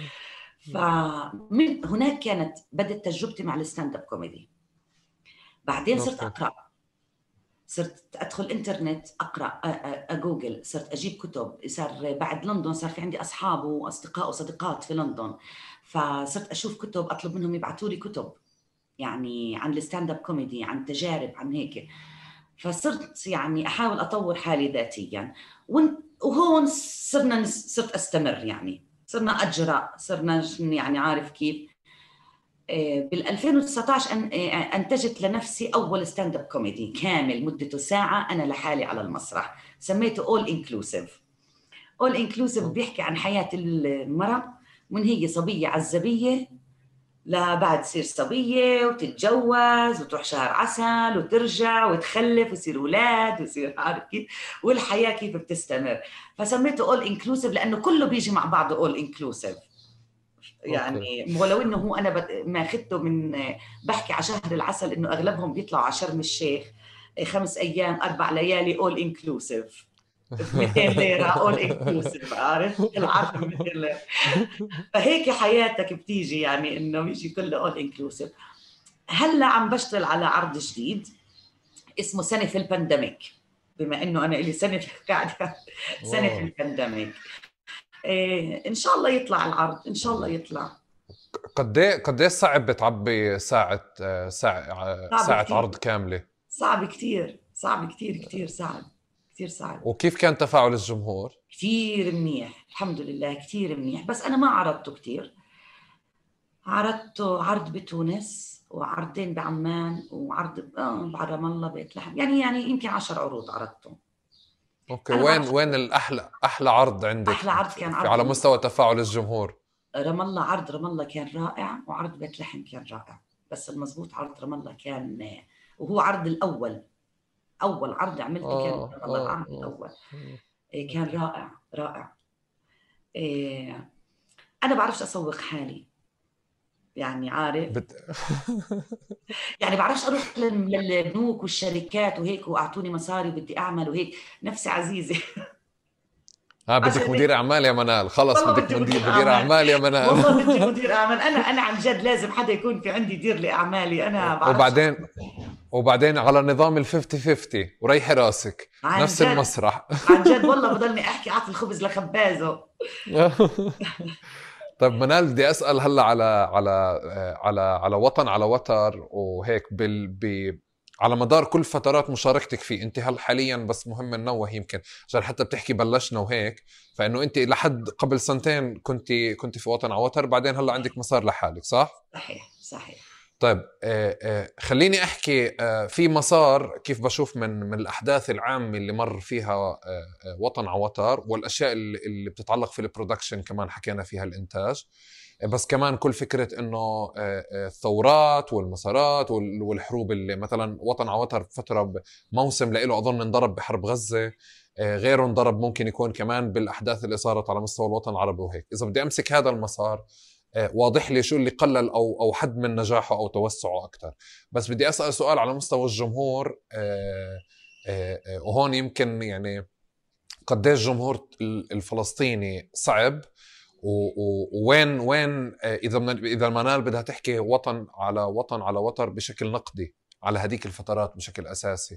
فمن هناك كانت بدت تجربتي مع الستاند اب كوميدي. بعدين صرت اوكي. اقرا، صرت ادخل انترنت اقرا، اجوجل، صرت اجيب كتب. صار بعد لندن صار في عندي اصحاب واصدقاء وصديقات في لندن، فصرت اشوف كتب، اطلب منهم يبعثوا لي كتب يعني عن الستاند اب كوميدي، عن تجارب، عن هيك. فصرت يعني احاول اطور حالي ذاتيا، وهون صرنا صرت استمر، يعني صرنا اجرأ، صرنا يعني عارف كيف. بال ألفين وتسعطعش انتجت لنفسي اول ستاند اب كوميدي كامل مدته ساعه انا لحالي على المسرح، سميته اول انكلوسيف. اول انكلوسيف بيحكي عن حياه المراه من هي صبيه عزبيه لبعد تصير صبيه وتتجوز وتروح شهر عسل وترجع وتخلف ويصير اولاد ويصير عارف كيف، والحياه كيف بتستمر. فسميته اول انكلوسيف لانه كله بيجي مع بعضه اول انكلوسيف. اوكي. يعني ولو انه هو انا ما اخذته من بحكي على شهر العسل انه اغلبهم بيطلعوا على شرم الشيخ خمس ايام اربع ليالي اول انكلوسيف ب مئتين ليره اول انكلوسيف، عارف العشرة مئتين ليره. فهيك حياتك بتيجي، يعني انه بيجي كله اول انكلوسيف. هلا عم بشتغل على عرض جديد اسمه سنه في البانديميك، بما انه انا لي سنه قاعده سنه في واو. البانديميك. إيه ان شاء الله يطلع العرض، ان شاء الله يطلع. قد ايه قد ايه صعب بتعبي ساعة ساعة صعب ساعة كثير، عرض كاملة؟ صعب كثير، صعب كثير كثير صعب، كثير صعب. وكيف كان تفاعل الجمهور؟ كثير منيح الحمد لله، كثير منيح. بس انا ما عرضته كثير، عرضته عرض بتونس وعرضين بعمان وعرض آه برام الله بيت لحم، يعني يعني يمكن عشر عروض عرضته. اوكي. انا وين بعرف وين الاحلى احلى عرض عندك احلى عرض كان في عرض على مستوى تفاعل الجمهور؟ رام الله. عرض رام الله كان رائع، وعرض بيت لحم كان رائع. بس المزبوط عرض رام الله كان، وهو عرض الاول، اول عرض عملته كان اه رام الله اه العام اه. الاول. كان رائع رائع. إيه انا بعرفش اسوق حالي، يعني عارف، بت... يعني بعرفش اروح للبنوك والشركات وهيك واعطوني مصاري وبدي اعمل وهيك، نفسي عزيزه. ها عشان بدك مدير هيك اعمال يا منال، خلص والله بدك بدي مدير مدير مدير اعمال، اعمال يا منال. والله بدي مدير اعمال. انا انا عن جد لازم حدا يكون في عندي يدير لي اعمالي، انا بعرفش. وبعدين وبعدين على نظام الفيفتي فيفتي وريحي راسك عن نفس جد، المسرح. عن جد والله بضلني احكي اعطي الخبز لخبازه. طيب منال، بدي اسال هلا على على على على وطن على وتر وهيك بال ب على مدار كل فترات مشاركتك فيه انت هل حاليا، بس مهم ننوه يمكن عشان حتى بتحكي بلشنا وهيك، فانه انت لحد قبل سنتين كنت كنت في وطن على وتر، بعدين هلا عندك مسار لحالك، صح؟ صحيح صحيح. طيب آه، آه، خليني أحكي آه، في مسار كيف بشوف من من الأحداث العامة اللي مر فيها آه، آه، وطن عوتر، والأشياء اللي اللي بتتعلق في البرودكشن كمان حكينا فيها الإنتاج، آه، بس كمان كل فكرة إنه آه، آه، الثورات والمسارات وال- والحروب اللي مثلا وطن عوتر فترة موسم لإله أظن انضرب بحرب غزة، آه، غيره انضرب ممكن يكون كمان بالأحداث اللي صارت على مستوى الوطن العربي وهيك. إذا بدي أمسك هذا المسار واضح لي شو اللي قلل او او حد من نجاحه او توسعه اكثر، بس بدي اسال سؤال على مستوى الجمهور. وهون يمكن يعني قديش الجمهور الفلسطيني صعب، ووين وين اذا من اذا المنال بدها تحكي وطن على وطن على وتر بشكل نقدي على هذيك الفترات بشكل اساسي،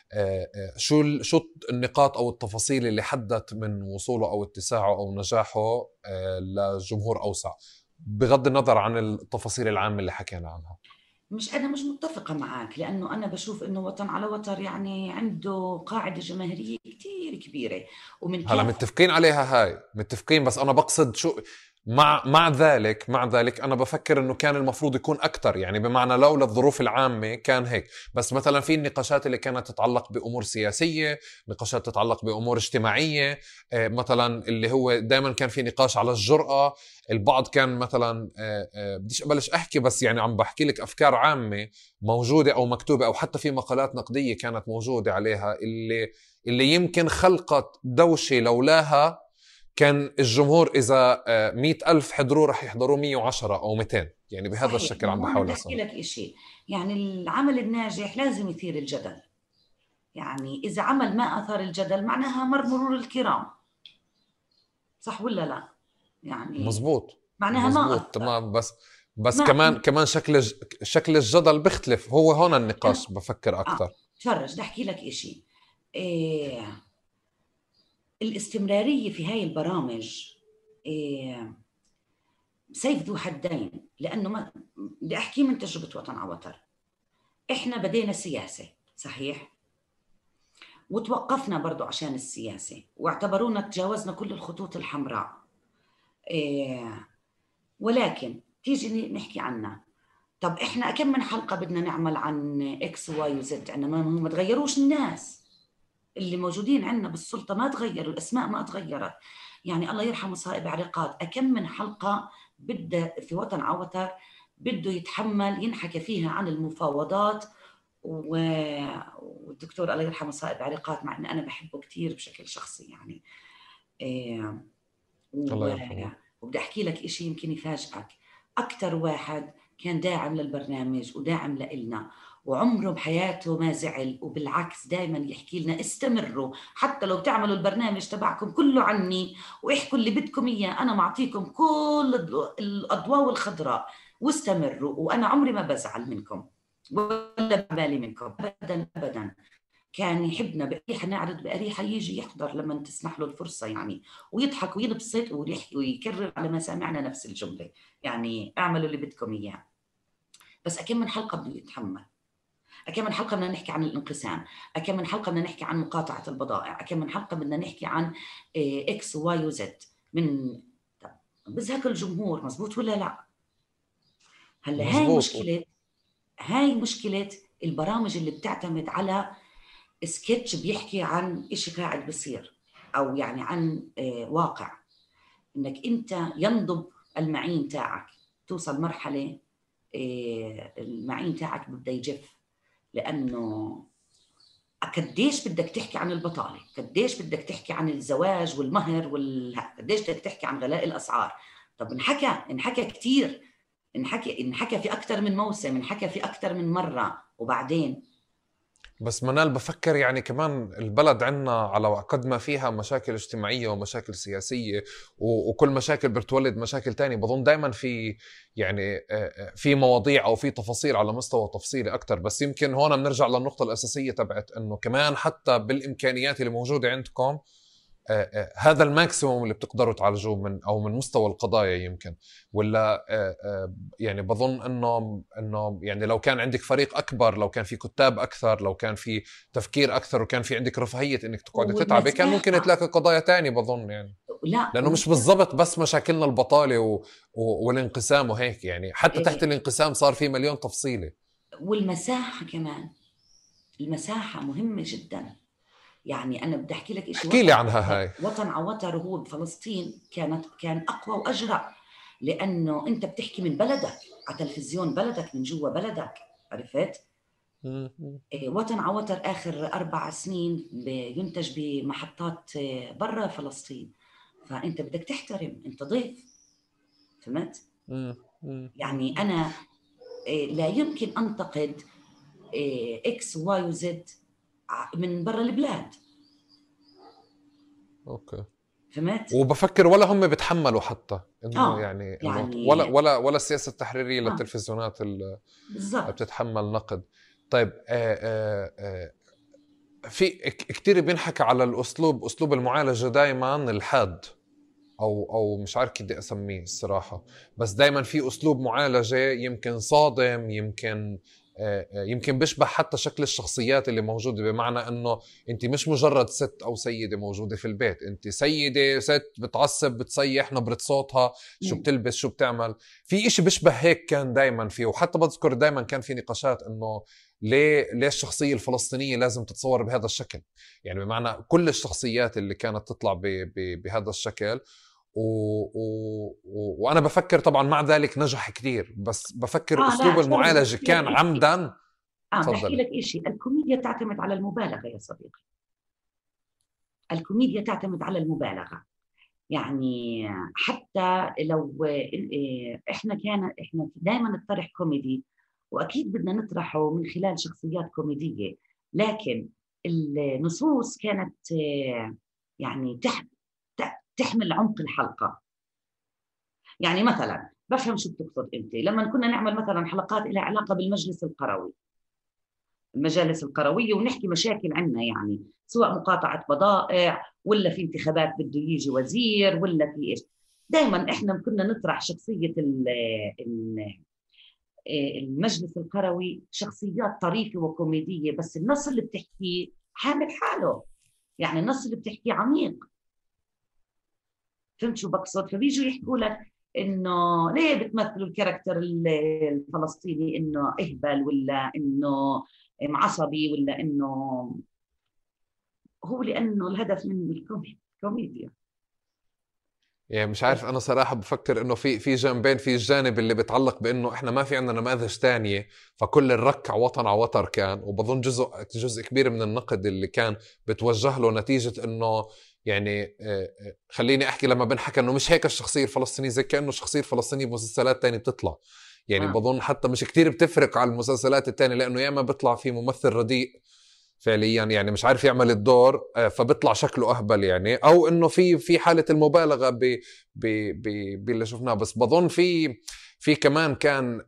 شو شو النقاط او التفاصيل اللي حدت من وصوله او اتساعه او نجاحه لجمهور اوسع بغض النظر عن التفاصيل العامه اللي حكينا عنها؟ مش أنا مش متفقة معك، لأنه أنا بشوف إنه وطن على وتر يعني عنده قاعدة جماهيرية كتير كبيرة ومن هلا كافة. متفقين عليها، هاي متفقين، بس أنا بقصد شو مع مع ذلك مع ذلك أنا بفكر إنه كان المفروض يكون أكتر، يعني بمعنى لولا الظروف العامة كان هيك. بس مثلا في النقاشات اللي كانت تتعلق بأمور سياسية، نقاشات تتعلق بأمور اجتماعية، آه، مثلا اللي هو دائما كان في نقاش على الجرأة. البعض كان مثلا آه، آه، بديش أبلش أحكي، بس يعني عم بحكي لك أفكار عامة موجودة أو مكتوبة أو حتى في مقالات نقدية كانت موجودة عليها، اللي اللي يمكن خلقت دوشة لولاها كان الجمهور إذا مئة ألف حضروا رح يحضروا مئة وعشرة أو مئتين، يعني بهذا صحيح، الشكل ما عم هو أنا بحاول بدي أحكي أصل. لك إشي، يعني العمل الناجح لازم يثير الجدل. يعني إذا عمل ما أثار الجدل معناها مر مرور الكرام، صح ولا لا؟ يعني مزبوط معناها ما مزبوط أثر. تمام. بس بس ما كمان كمان شكل شكل الجدل بيختلف، هو هون أنا النقاش بفكر آه أكتر. تفرج، بدي أحكي لك إشي. إيه الاستمرارية في هاي البرامج إيه سيف ذو حدين، لأنه ما بدي أحكي من تجربة وطن على وتر. إحنا بدينا سياسة صحيح، وتوقفنا برضو عشان السياسة واعتبرونا تجاوزنا كل الخطوط الحمراء. إيه ولكن تيجي نحكي عنها، طب إحنا كم من حلقة بدنا نعمل عن إكس واي وزد، عنا ما ما تغيروش الناس اللي موجودين عندنا بالسلطة، ما تغيروا الأسماء، ما تغيرت. يعني الله يرحمه صائب عريقات، أكم من حلقة بده في وطن عوتر بده يتحمل ينحكى فيها عن المفاوضات. والدكتور الله يرحمه صائب عريقات، مع أن أنا بحبه كتير بشكل شخصي يعني. إيه الله و... يرحمه. وبدي أحكي لك إشي يمكن يفاجئك. أكتر واحد كان داعم للبرنامج وداعم لإلنا، وعمره بحياته ما زعل، وبالعكس دائما يحكي لنا استمروا، حتى لو تعملوا البرنامج تبعكم كله عني واحكوا اللي بدكم إياه، أنا معطيكم كل الأضواء والخضراء واستمروا، وأنا عمري ما بزعل منكم ولا بالي منكم أبدا أبدا. كان يحبنا بأريحة، نعرض بأريحة يجي يحضر لما تسمح له الفرصة يعني، ويضحك وينبسط ويحكي ويكرر على ما سمعنا نفس الجملة، يعني اعملوا اللي بدكم إياه. بس أكم من حلقة بده يتحمل، أكم من حلقة بدنا نحكي عن الانقسام، أكم من حلقة بدنا نحكي عن مقاطعة البضائع، أكم من حلقة بدنا نحكي عن إكس وواي وزد من بزهق الجمهور، مزبوط ولا لا؟ هلا هاي مزبوط. مشكلة، هاي مشكلة البرامج اللي بتعتمد على سكتش بيحكي عن إشي قاعد بصير، أو يعني عن واقع، إنك أنت ينضب المعين تاعك، توصل مرحلة المعين تاعك بده يجف، لأنه قديش بدك تحكي عن البطالة، قديش بدك تحكي عن الزواج والمهر وال... قديش بدك تحكي عن غلاء الأسعار. طب انحكى انحكى كتير، انحكى انحكى في أكثر من موسم، انحكى في أكثر من مرة، وبعدين بس منال بفكر يعني كمان البلد عنا على قد ما فيها مشاكل اجتماعية ومشاكل سياسية وكل مشاكل بتولد مشاكل تانية، بظن دايما في يعني في مواضيع أو في تفاصيل على مستوى تفصيلي أكتر. بس يمكن هون بنرجع للنقطة الأساسية تبعت أنه كمان حتى بالإمكانيات اللي موجودة عندكم آه، آه، هذا الماكسيموم اللي بتقدروا تعالجوه من او من مستوى القضايا يمكن، ولا آه، آه، يعني بظن انه انه يعني لو كان عندك فريق اكبر، لو كان في كتاب اكثر، لو كان في تفكير اكثر، وكان في عندك رفاهيه انك تقعدي تتعبي، كان ممكن والمساحة. تلاقي قضايا تانية بظن يعني. لا لانه مش ومساحة. بالضبط بس مشاكلنا البطاله و... و... والانقسام وهيك، يعني حتى تحت الانقسام صار في مليون تفصيله. والمساحة كمان، المساحة مهمة جدا. يعني أنا بدي أحكي لك إشي، احكي وطن لي عنها عوتر، هاي. وطن عوتر هو بفلسطين كانت كان أقوى وأجرأ، لأنه أنت بتحكي من بلدك على تلفزيون بلدك من جوا بلدك، عرفت؟ إيه، وطن عوتر آخر أربع سنين ينتج بمحطات برا فلسطين، فأنت بدك تحترم، أنت ضيف، فهمت؟ يعني أنا إيه، لا يمكن أنتقد إيه، إكس واي وزد من برا البلاد. اوكي. فهمت؟ وبفكر ولا هم بيتحملوا حتى انه اه يعني انه ولا يعني ولا ولا السياسه التحريريه اه للتلفزيونات اللي بالضبط. بتتحمل نقد. طيب آه آه آه في كتير بينحكى على الاسلوب، اسلوب المعالجه دائما الحاد، او او مش عارف كيف بدي اسميه الصراحه، بس دائما في اسلوب معالجه يمكن صادم، يمكن يمكن بيشبه حتى شكل الشخصيات اللي موجوده، بمعنى انه انت مش مجرد ست او سيده موجوده في البيت، انت سيده ست بتعصب، بتصيح، نبره صوتها، شو مم. بتلبس، شو بتعمل. في اشي بيشبه هيك كان دائما فيه. وحتى بذكر دائما كان في نقاشات انه ليه ليه الشخصيه الفلسطينيه لازم تتصور بهذا الشكل، يعني بمعنى كل الشخصيات اللي كانت تطلع ب... ب... بهذا الشكل. و... و... و... وانا بفكر طبعا مع ذلك نجح كثير، بس بفكر اه لا اسلوب شوف بدي المعالجه احكي لك كان شيء. عمدا. اه بدي احكي تفضلي. لك شيء، الكوميديا تعتمد على المبالغه يا صديقي. الكوميديا تعتمد على المبالغه. يعني حتى لو احنا كان احنا دائما نطرح كوميدي، واكيد بدنا نطرحه من خلال شخصيات كوميديه، لكن النصوص كانت يعني تحمل عمق الحلقه. يعني مثلا بفهم شو بتقصد انت لما كنا نعمل مثلا حلقات لها علاقه بالمجلس القروي، المجالس القرويه، ونحكي مشاكل عنا، يعني سواء مقاطعه بضائع ولا في انتخابات بده يجي وزير ولا في ايش. دائما احنا كنا نطرح شخصيه المجلس القروي شخصيات طريفه وكوميديه، بس النص اللي بتحكيه حامل حاله، يعني النص اللي بتحكيه عميق. فهمت شو بقصد؟ فبيجوا يحكوا لك انه ليه بتمثلوا الكاركتر الفلسطيني انه اهبل، ولا انه عصبي، ولا انه هو لانه الهدف من الكوميديا. يعني مش عارف، انا صراحه بفكر انه في في جانبين. في الجانب اللي بيتعلق بانه احنا ما في عندنا نماذج تانية، فكل الرك على وطن على وتر كان. وبظن جزء جزء كبير من النقد اللي كان بتوجه له نتيجه انه يعني خليني احكي، لما بنحكى انه مش هيك الشخصيه الفلسطينيه، زي كانه الشخصيه الفلسطينيه بمسلسلات تانية بتطلع. يعني آه. بظن حتى مش كتير بتفرق على المسلسلات التانية، لانه ياما بيطلع في ممثل رديء فعليا، يعني مش عارف يعمل الدور، فبيطلع شكله اهبل يعني، او انه في في حاله المبالغه ب ب ب باللي شفناه. بس بظن في في كمان كان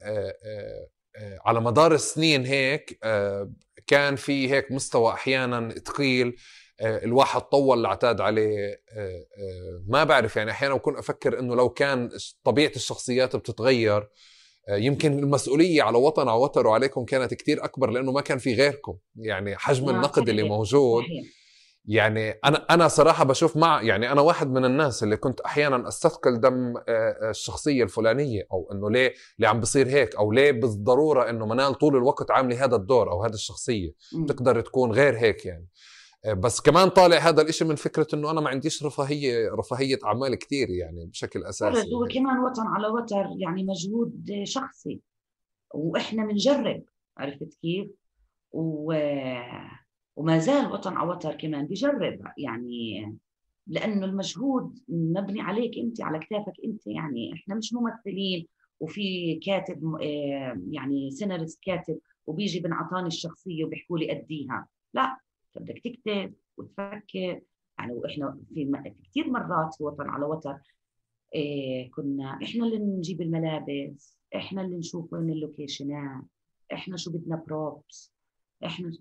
على مدار السنين هيك كان في هيك مستوى احيانا ثقيل، الواحد طول العتاد عليه. ما بعرف يعني، احيانا بكون افكر انه لو كان طبيعه الشخصيات بتتغير، يمكن المسؤولية على وطن على وتر وعليكم كانت كتير أكبر، لأنه ما كان في غيركم. يعني حجم آه النقد اللي صحيح موجود. صحيح. يعني أنا أنا صراحة بشوف مع يعني أنا واحد من الناس اللي كنت أحيانا أستثقل دم الشخصية الفلانية، أو إنه ليه ليه عم بصير هيك، أو ليه بالضرورة إنه منال طول الوقت عاملة هذا الدور أو هذا الشخصية، تقدر تكون غير هيك يعني. بس كمان طالع هذا الاشي من فكرة انه انا ما عنديش رفاهية رفاهية اعمال كتير يعني بشكل اساسي هو يعني. كمان وطن على وتر يعني مجهود شخصي، واحنا بنجرب، عرفت كيف؟ و... وما زال وطن على وتر كمان بجرب، يعني لانه المجهود مبني عليك انت، على كتافك انت. يعني احنا مش ممثلين وفي كاتب يعني سيناريست كاتب وبيجي بنعطاني الشخصيه وبيحكوا لي اديها، لا، بدك تكتب وتفكر. يعني واحنا في, في كثير مرات في وطن على وتر إيه كنا احنا اللي نجيب الملابس، احنا اللي نشوف وين اللوكيشنات، احنا شو بدنا بروبس، احنا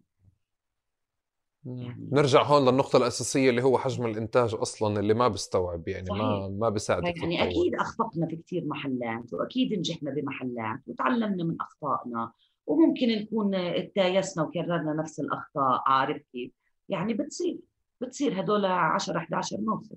يعني. نرجع هون للنقطة الأساسية اللي هو حجم الإنتاج أصلاً اللي ما بيستوعب، يعني صحيح. ما ما بيساعدك يعني تتطور. أكيد أخطأنا في كثير محلات، وأكيد نجحنا بمحلات وتعلمنا من أخطائنا، وممكن نكون تايسنا وكررنا نفس الأخطاء، عارف كيف؟ يعني بتصير بتصير هدول عشرة إحدى عشر موسم.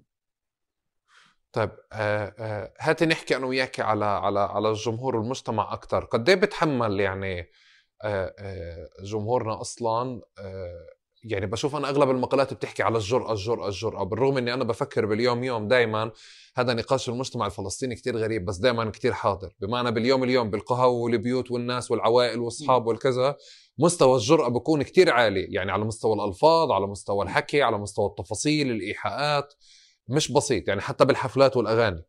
طيب آه آه هاتي نحكي أنا وياك على على على الجمهور والمجتمع أكتر. قد إيه بتحمل يعني آه آه جمهورنا أصلاً؟ آه يعني بشوف أنا أغلب المقالات بتحكي على الجرأة الجرأة الجرأة، بالرغم إني أنا بفكر باليوم يوم دايماً هذا نقاش المجتمع الفلسطيني كتير غريب، بس دايماً كتير حاضر. بمعنى باليوم اليوم بالقهوة والبيوت والناس والعوائل والأصحاب والكذا، مستوى الجرأة بيكون كتير عالي، يعني على مستوى الألفاظ، على مستوى الحكي، على مستوى التفاصيل، الإيحاءات، مش بسيط يعني حتى بالحفلات والأغاني.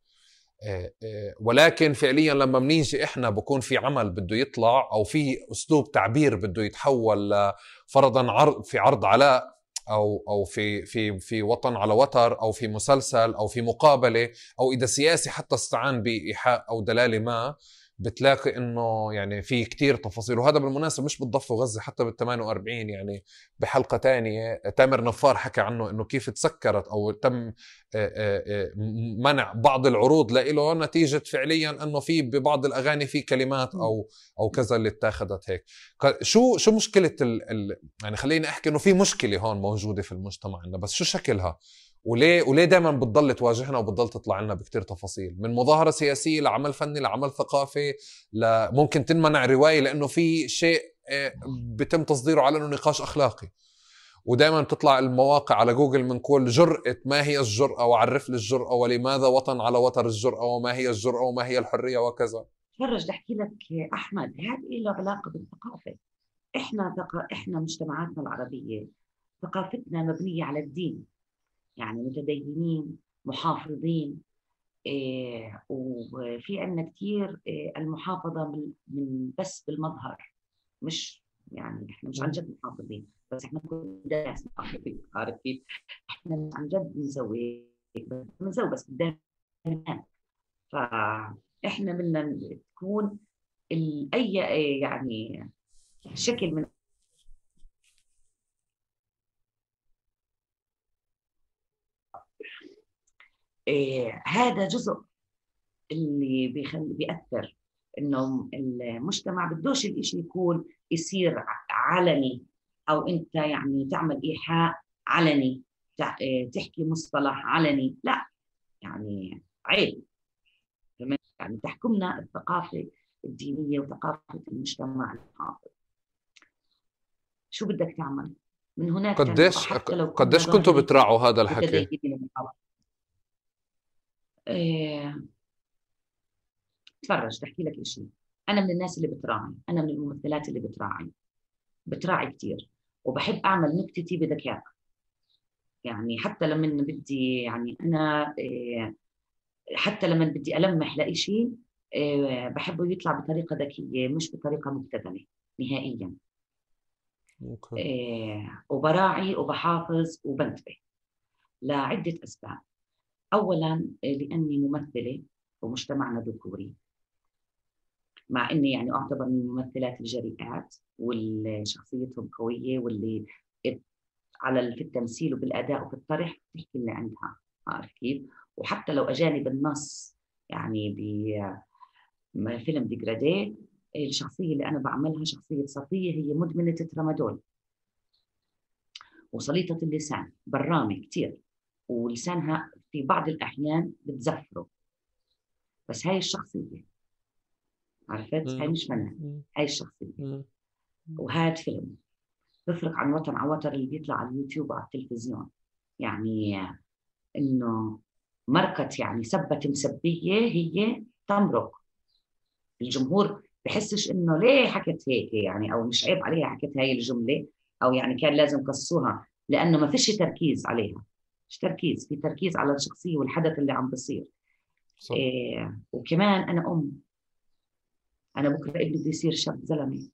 ولكن فعليا لما بنيجي احنا بكون في عمل بده يطلع او في اسلوب تعبير بده يتحول فرضا عرض في عرض علاء، او او في في في وطن على وتر، او في مسلسل، او في مقابله، او اذا سياسي حتى استعان بايحاء او دلاله ما، بتلاقي انه يعني في كتير تفاصيل. وهذا بالمناسبه مش بالضفه وغزه، حتى بال ثمانية وأربعين يعني بحلقه تانية تامر نفار حكى عنه انه كيف تسكرت او تم آه، آه، آه، منع بعض العروض له نتيجه فعليا انه في ببعض الاغاني في كلمات او او كذا اللي اتاخذت هيك. شو شو مشكله ال ال يعني خليني احكي انه في مشكله هون موجوده في المجتمع عندنا، بس شو شكلها؟ وليه وليه دائما بتضل تواجهنا وبتضل تطلع لنا بكتير تفاصيل، من مظاهره سياسيه لعمل فني لعمل ثقافي، ممكن تنمنع روايه لانه في شيء بتم تصديره على انه نقاش اخلاقي. ودائما تطلع المواقع على جوجل من كل جرأة، ما هي الجرأة، وعرف لي الجرأة، ولماذا وطن على وتر الجرأة، وما هي الجرأة، وما هي الحرية، وكذا. فرج احكي لك احمد، هذه له علاقه بالثقافه. احنا ثق... احنا مجتمعاتنا العربيه ثقافتنا مبنيه على الدين، يعني متدينين محافظين. إيه وفي عندنا كثير إيه المحافظه من, من بس بالمظهر، مش يعني احنا مش عن جد محافظين، بس احنا كلنا ناس محافظين، عارف كيف؟ احنا مش عن جد بنسوي بنسوي بس بدنا. فاحنا بدنا تكون اي يعني شكل من إيه هذا جزء اللي بيخلي بيأثر انه المجتمع بدوش الاشي يكون يصير علني، او انت يعني تعمل ايحاء علني، تحكي مصطلح علني، لا يعني عيب. يعني تحكمنا الثقافة الدينية وثقافة المجتمع المحافظ. شو بدك تعمل؟ من هناك قديش حتى لو كنا قديش كنتوا بتراعوا هذا الحكي؟ إيه... تفرج تحكي لك شيء، أنا من الناس اللي بتراعي، أنا من الممثلات اللي بتراعي بتراعي كثير، وبحب أعمل نكتتي بذكاء. يعني حتى لما بدي يعني أنا إيه... حتى لما بدي ألمح لإشي إيه... بحبه يطلع بطريقة ذكية مش بطريقة مبتذلة نهائيا. إيه... وبراعي وبحافظ وبنتبه لعدة أسباب. أولاً لأني ممثلة ومجتمعنا ذكوري، مع أني يعني أعتبر من الممثلات الجريئات واللي شخصيتهم قوية واللي على في التمثيل وبالأداء وفي الطرح تحكي اللي عندها، عارف كيف؟ وحتى لو أجاني بالنص يعني بفيلم ديجرادي، الشخصية اللي أنا بعملها شخصية صفية هي مدمنة ترامادول وسليطة اللسان، برامة كتير، ولسانها في بعض الأحيان بتزفره. بس هاي الشخصية، عرفت؟ هاي مش فنان، هاي الشخصية. وهذا فيلم بفرق عن وطن على وتر اللي بيطلع على اليوتيوب وعلى التلفزيون. يعني إنه مركة يعني سبة مسبية هي تمرق، الجمهور بحسش إنه ليه حكت هيك يعني، أو مش عيب عليها حكت هاي الجملة، أو يعني كان لازم قصوها، لأنه ما فيش تركيز عليها. مش تركيز، في تركيز على الشخصية والحدث اللي عم بصير. إيه وكمان أنا أم، أنا بكرة ابني بده يصير شاب زلمة،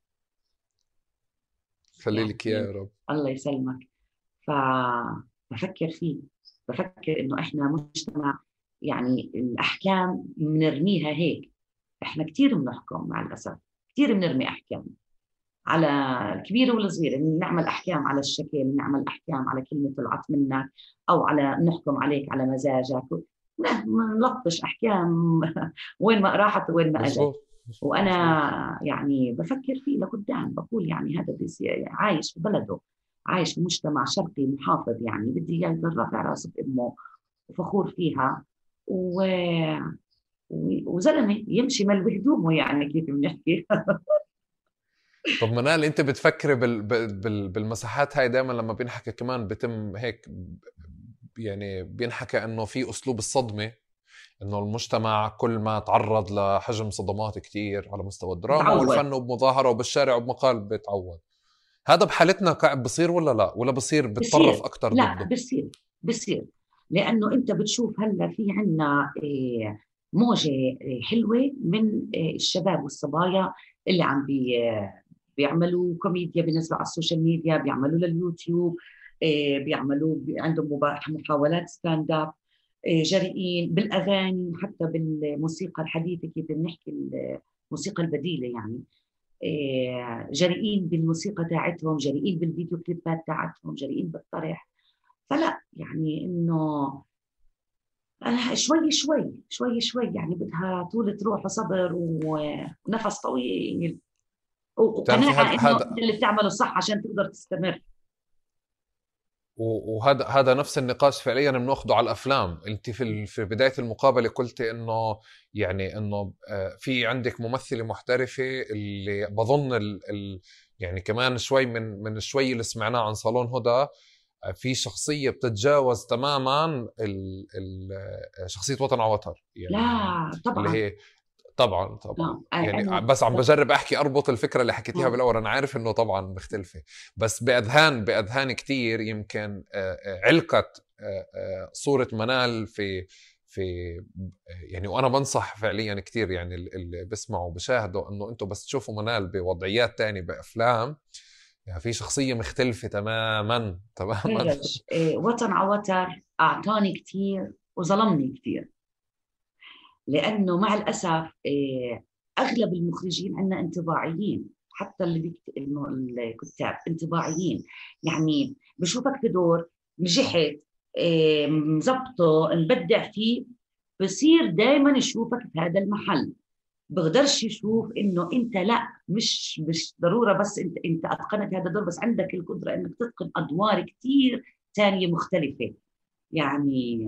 خلي لك إياه يا رب. الله يسلمك. فبفكر فيه، بفكر إنه إحنا مجتمع يعني الأحكام بنرميها هيك. إحنا كتير بنحكم مع الأسف، كتير بنرمي أحكام على الكبير والصغير، إن نعمل أحكام على الشكل، نعمل أحكام على كلمة طلعت منك، أو على نحكم عليك على مزاجك، لا نلطش أحكام وين ما راحت وين ما أجت. وأنا يعني بفكر فيه لقدام، بقول يعني هذا عايش في بلده، عايش في مجتمع شرقي محافظ، يعني بدي إياه يضل رافع راسه بأمه وفخور فيها، و... وزلمة يمشي ملوي هدومه، يعني كيف بنحكي. طب منال، انت بتفكري بال... بال... بالمساحات هاي دائما لما بينحكى كمان بتم هيك، يعني بينحكى انه في اسلوب الصدمة، انه المجتمع كل ما تعرض لحجم صدمات كتير على مستوى الدراما بتعود. والفن وبمظاهرة وبالشارع وبمقال بتعود. هذا بحالتنا قاعد بصير ولا لا؟ ولا بصير بتطرف اكتر ضده؟ لا بصير، بصير لانه انت بتشوف هلا في عنا موجة حلوة من الشباب والصبايا اللي عم بي بيعملوا كوميديا، بينزلوا على السوشيال ميديا، بيعملوا لليوتيوب، آه، بيعملوا بي- عندهم مبا- محاولات ستاند اب، آه، جريئين بالاغاني، حتى بالموسيقى الحديثه، كيف بنحكي الموسيقى البديله يعني. آه، جريئين بالموسيقى تاعتهم، جريئين بالفيديو كليبات تاعتهم، جريئين بالطرح. فلا يعني انه أنا شوي شوي شوي شوي يعني بدها طولة روح وصبر و- ونفس طويل بتعرفي وقناعة هذا إنه هذا أنت اللي بتعمله صح عشان تقدر تستمر. و- وهذا هذا نفس النقاش فعليا بناخده على الافلام. انت في ال- في بدايه المقابله قلتي انه يعني انه آه، في عندك ممثله محترفه اللي بظن ال ال يعني كمان شوي من من الشوي اللي سمعناه عن صالون هدى، آه، في شخصيه بتتجاوز تماما ال ال آه، شخصيه وطن عوتر يعني، لا اللي طبعا. هي طبعا طبعا لا يعني. أنا بس عم بجرب احكي اربط الفكره اللي حكيتيها آه. بالاول، انا عارف انه طبعا مختلفه، بس باذهان باذهان كتير يمكن آه، آه، علقت آه، آه، صوره منال في في يعني. وانا بنصح فعليا كتير يعني اللي بسمعوا وبشاهدوا انه انتم بس تشوفوا منال بوضعيات تانية بافلام، يعني في شخصيه مختلفه تماما تماما. فرج إيه، وطن عوتر أعطاني كثير وظلمني كثير، لأنه مع الأسف إيه، أغلب المخرجين عندنا انطباعيين، حتى اللي بيكتب إنه الكتاب انطباعيين. يعني بشوفك في دور نجحت، إيه، مزبطه نبدع فيه، بصير دائما يشوفك في هذا المحل، بقدرش يشوف انه انت لا، مش مش ضروره بس انت انت اتقنت هذا الدور، بس عندك القدره انك تتقن ادوار كثير ثانيه مختلفه يعني.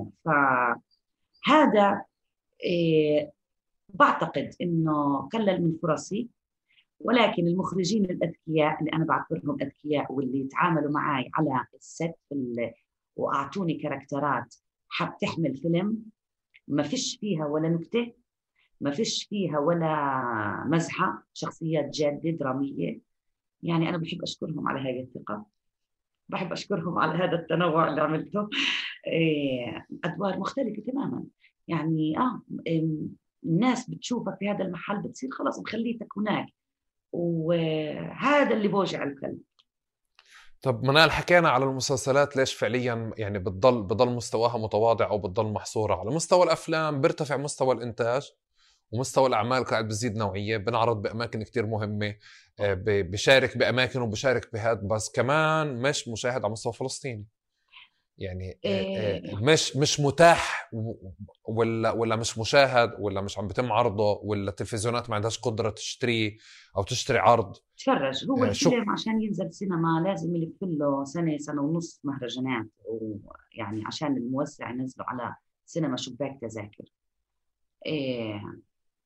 فهذا إيه، بعتقد انه قلل من فرصي. ولكن المخرجين الاذكياء اللي انا بعتبرهم اذكياء واللي تعاملوا معي على الست واعطوني كاركترات حب تحمل فيلم، ما فيش فيها ولا نكته، ما فيش فيها ولا مزحة، شخصيات جادة درامية. يعني أنا بحب أشكرهم على هذه الثقة، بحب أشكرهم على هذا التنوع اللي عملته. إيه، أدوار مختلفة تماما يعني. آه إيه، الناس بتشوفك في هذا المحل بتصير خلاص مخليتك هناك، وهذا اللي بوجع القلب. طب منال، حكينا على المسلسلات ليش فعليا يعني بتضل بضل مستواها متواضع او بتضل محصوره. على مستوى الافلام بيرتفع مستوى الانتاج ومستوى الاعمال قاعد بزيد نوعيه، بنعرض باماكن كتير مهمه، آه، ب- بشارك باماكن وبشارك بهاد، بس كمان مش مشاهد على مستوى فلسطيني يعني. آه، آه، إيه، مش مش متاح و- ولا ولا مش مشاهد، ولا مش عم بيتم عرضه، ولا التلفزيونات ما عندهاش قدره تشتريه او تشتري عرض. تفرج هو آه، شو الفيلم عشان ينزل سينما لازم يلف له سنة سنة ونص مهرجانات، ويعني عشان الموسع ينزله على سينما شباك تذاكر. إيه،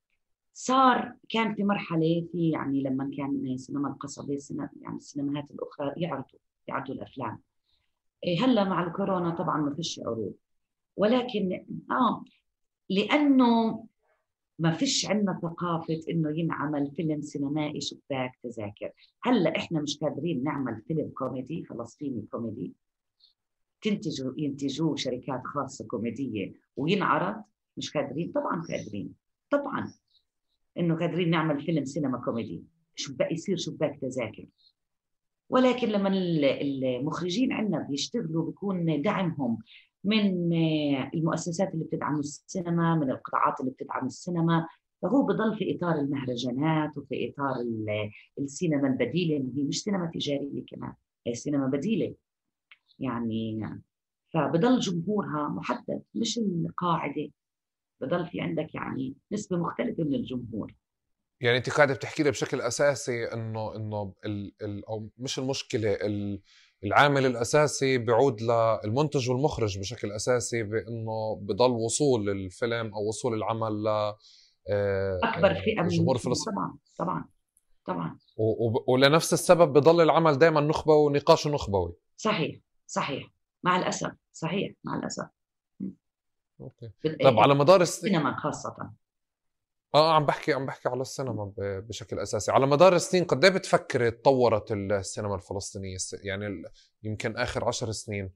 صار كان في مرحلة في يعني لما كان سينما القصبة سينما يعني السينمات الأخرى يعرضوا يعرضوا الأفلام. إيه، هلا مع الكورونا طبعا ما فيش عروض، ولكن آه لأنه ما فيش عندنا ثقافة إنه ينعمل فيلم سينمائي شباك تذاكر. هلا إحنا مش قادرين نعمل فيلم كوميدي فلسطيني كوميدي تنتجوا ينتجوه شركات خاصة كوميدية وينعرض، مش قادرين. طبعا قادرين، طبعا إنه قادرين نعمل فيلم سينما كوميدي شباك يصير شباك تذاكر. ولكن لما المخرجين عندنا بيشتغلوا بيكون دعمهم من المؤسسات اللي بتدعم السينما، من القطاعات اللي بتدعم السينما، فهو بضل في إطار المهرجانات وفي إطار السينما البديلة، اللي هي مش سينما تجارية كمان، هي سينما بديلة يعني. فبضل جمهورها محدد مش القاعدة، بضل في عندك يعني نسبة مختلفة من الجمهور. يعني انت قاعده بتحكي لي بشكل اساسي انه انه ال ال او مش المشكله ال العامل الاساسي بيعود للمنتج والمخرج بشكل اساسي، بانه بضل وصول الفيلم او وصول العمل ل آه، أكبر آه، فئة من الجمهور المجتمع. الفلسطيني. طبعا طبعا طبعا. و- و- ولنفس السبب بضل العمل دائما نخبوي ونقاش نخبوي. صحيح صحيح، مع الأسف صحيح مع الأسف. اوكي. طب بال- على مدار السنين، السينما خاصة. اه عم بحكي عم بحكي على السينما ب- بشكل اساسي، على مدار السنين قد ايه بتفكري تطورت السينما الفلسطينيه الس- يعني ال- يمكن اخر عشر سنين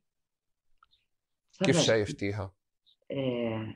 كيف تفرج. شايفتيها؟ آه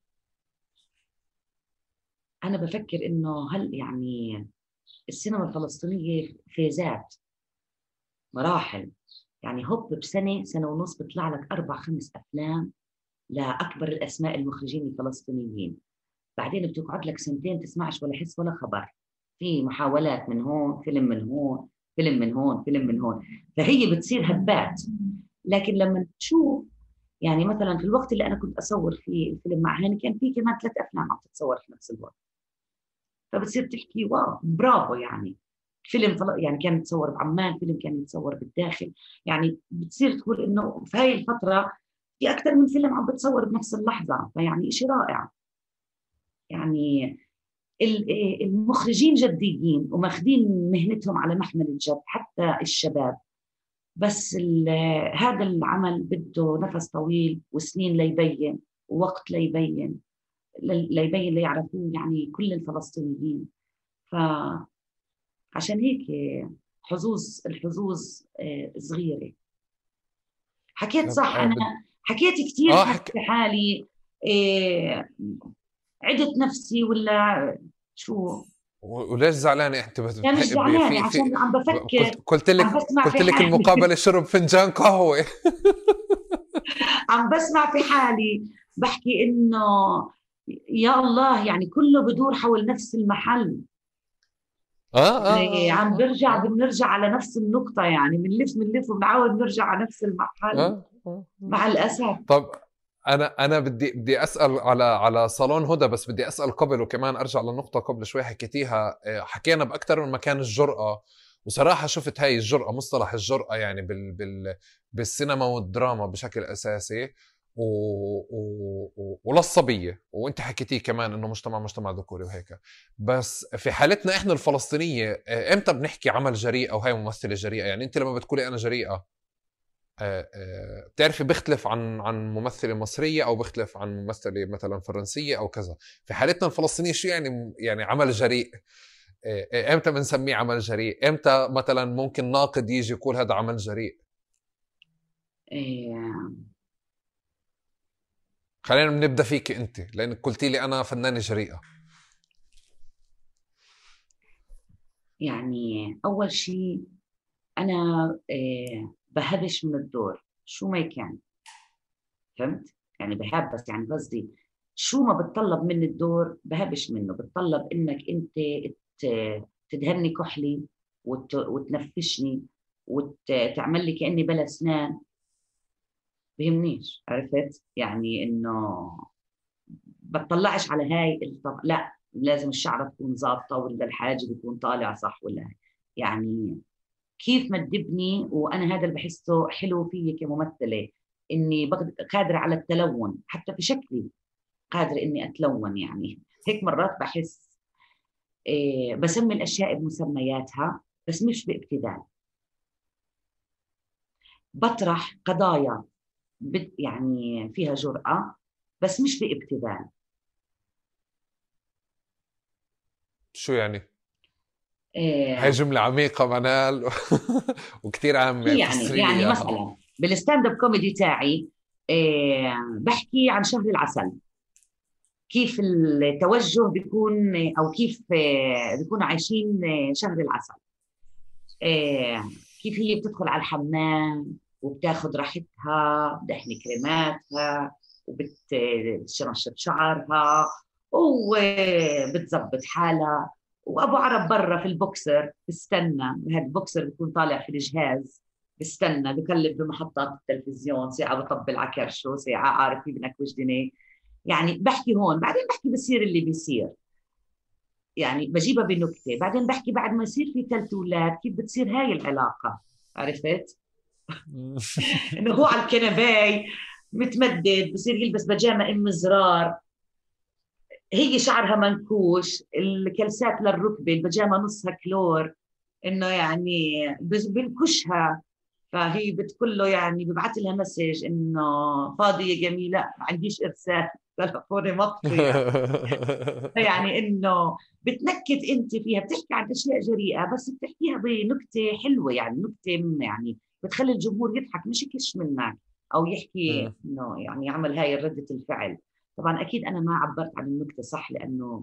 أنا بفكر إنه هل يعني السينما الفلسطينية فيزات، مراحل. يعني هوب بسنة سنة ونص بيطلع لك أربع خمس أفلام لأكبر الأسماء المخرجين الفلسطينيين. بعدين بتقعد لك سنتين تسمعش ولا حس ولا خبر، في محاولات من هون، فيلم من هون، فيلم من هون، فيلم من هون، فهي بتصير هبات. لكن لما تشوف يعني مثلا في الوقت اللي أنا كنت أصور فيه الفيلم مع هاني كان في كمان ثلاث أفلام عم تتصور في نفس الوقت، فبتصير تحكي واو برافو يعني. فيلم يعني كان يتصور بعمان، فيلم كان يتصور بالداخل، يعني بتصير تقول انه في هاي الفتره في اكثر من فيلم عم بتصور بنفس اللحظه، فيعني شيء رائع. يعني المخرجين جديين وماخذين مهنتهم على محمل الجد، حتى الشباب. بس هذا العمل بده نفس طويل وسنين ليبين، ووقت ليبين ليبين ليعرفوه يعني كل الفلسطينيين. فعشان هيك حظوظ الحظوظ صغيرة. حكيت صح أنا بد... حكيت كثير اه حكيت حك... حالي إيه... عدت نفسي ولا شو؟ وليش زعلانه انت بت... لا مش ب... زعلانة، في في عشان عم بفكر، قلت قلت عم لك بسمع في قلت لك حالي المقابله شرب فنجان قهوه. عم بسمع في حالي بحكي إنه يا الله، يعني كله بدور حول نفس المحل. اه اه يعني اه عم اه برجع اه بنرجع على نفس النقطة، يعني بنلف بنلف وبنعاود نرجع على نفس المحل اه, آه. آه. مع الأسف. طب انا انا بدي بدي اسال على على صالون هدى، بس بدي اسال قبل وكمان ارجع للنقطه قبل شوي حكيتيها. حكينا باكثر من مكان الجرأه، وصراحه شفت هاي الجرأه، مصطلح الجرأه يعني بال بال بالسينما والدراما بشكل اساسي و... و... وللصبيه، وانت حكيتيه كمان انه مجتمع مجتمع ذكوري وهيك. بس في حالتنا احنا الفلسطينيه امتى بنحكي عمل جريئه وهي ممثله جريئه؟ يعني انت لما بتقولي انا جريئه بتعرفي بيختلف عن عن ممثله مصريه او بيختلف عن ممثله مثلا فرنسيه او كذا. في حالتنا الفلسطينيه شو يعني يعني عمل جريء؟ امتى بنسميه عمل جريء؟ امتى مثلا ممكن ناقد يجي يقول هذا عمل جريء؟ إيه خلينا نبدا فيك انت، لانك قلتي لي انا فنانه جريئه. يعني أول شيء أنا إيه بهبش من الدور شو ما كان، فهمت؟ يعني بهب، بس يعني قصدي شو ما بتطلب من الدور بهبش منه. بتطلب إنك أنت تدهني كحلي وت... وتنفشني وتعمل لي كأني بلا أسنان، بهمنيش، عرفت؟ يعني إنه بتطلعش على هاي الطب... لا لازم الشعر تكون ظابطة، ولا الحاجب يكون طالع صح، ولا هاي. يعني كيف ما تدبني، وأنا هذا اللي بحسه حلو فيي كممثلة، إني قادرة على التلون حتى في شكلي، قادرة إني أتلون. يعني هيك مرات بحس إيه بسمي الأشياء بمسمياتها بس مش بابتذال. بطرح قضايا يعني فيها جرأة بس مش بابتذال. شو يعني؟ هاي إيه جمله عميقه منال وكتير عامه، يعني فسري لي يعني اياها. مثلا بالستاند اب كوميدي تاعي إيه بحكي عن شهر العسل، كيف التوجه بيكون او كيف بيكونوا عايشين شهر العسل. كيف هي بتدخل على الحمام وبتاخذ راحتها، دهن كريماتها وبتشرشف شعرها وبتزبط حالها، وابو عرب برا في البوكسر بستنى. هذا البوكسر بيكون طالع في الجهاز، بستنى بقلب بمحطات التلفزيون، ساعة بطبل على كرشه، ساعة عارف ابنك وجدني. يعني بحكي هون، بعدين بحكي بصير اللي بيصير، يعني بجيبها بنكتة، بعدين بحكي بعد ما يصير في ثلاث أولاد كيف بتصير هاي العلاقة، عرفت؟ إنه هو على الكنباي متمدد، بصير يلبس بجامة أم زرار، هي شعرها منكوش، الكلسات للركبة، البجامة نصها كلور، إنه يعني بنكشها. فهي بتقول له، يعني ببعث لها مسج إنه فاضي يا جميلة، ما عنديش إرسال، تلفوني مطفي يعني. يعني انه بتنكد انت فيها، بتحكي عن اشياء جريئه بس بتحكيها بنكته حلوه، يعني نكته يعني بتخلي الجمهور يضحك مش يكش منك او يحكي انه يعني يعمل هاي ردة الفعل. طبعا اكيد انا ما عبرت عن النكته صح، لانه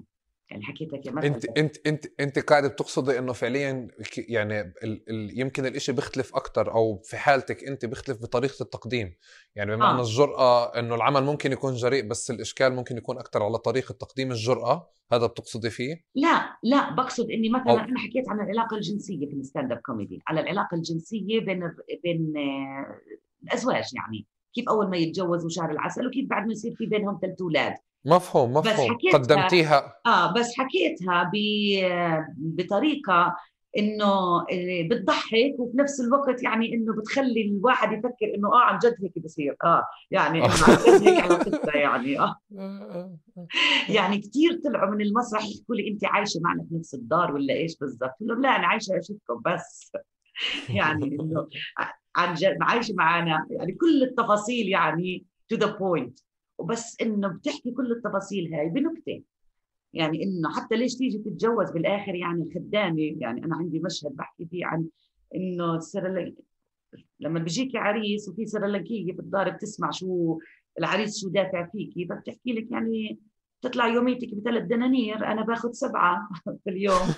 يعني حكيتك يا مثل. انت انت انت انت قاعده بتقصدي انه فعليا يعني ال ال يمكن الاشي بيختلف اكتر، او في حالتك انت بيختلف بطريقه التقديم، يعني بمعنى اه الجرأة انه العمل ممكن يكون جريء بس الاشكال ممكن يكون اكتر على طريقه تقديم الجرأة، هذا بتقصدي فيه؟ لا لا، بقصد اني او مثلا انا حكيت عن العلاقه الجنسيه في الستاند اب كوميدي، على العلاقه الجنسيه بين الر- بين آه، الازواج، يعني كيف اول ما يتجوزوا شهر العسل وكيف بعد ما يصير في بينهم ثلاث اولاد. مفهوم بس مفهوم حكيتها، قدمتيها. اه بس حكيتها ب... بطريقه انه آه، بتضحك، وفي نفس الوقت يعني انه بتخلي الواحد يفكر انه اه عن جد هيك بصير، اه يعني انه عن جد هيك علاقتنا يعني اه. يعني كثير طلعوا من المسرح يحكوا لي انت عايشه معنا في نفس الدار ولا ايش بالضبط؟ قلت لهم لا انا عايشه عيشتكم بس. يعني انه عن جد عايشه معنا، يعني كل التفاصيل يعني تو ذا بوينت، وبس انه بتحكي كل التفاصيل هاي بنكته. يعني انه حتى ليش تيجي تتجوز بالاخر، يعني الخدامه، يعني انا عندي مشهد بحكي فيه عن انه السر لما بيجيكي عريس وفي سرلنكيه في الدار بتسمع شو العريس شو دافع فيكي، فبتحكي لك يعني تطلع يوميتك بثلاث دنانير، انا باخذ سبعه في اليوم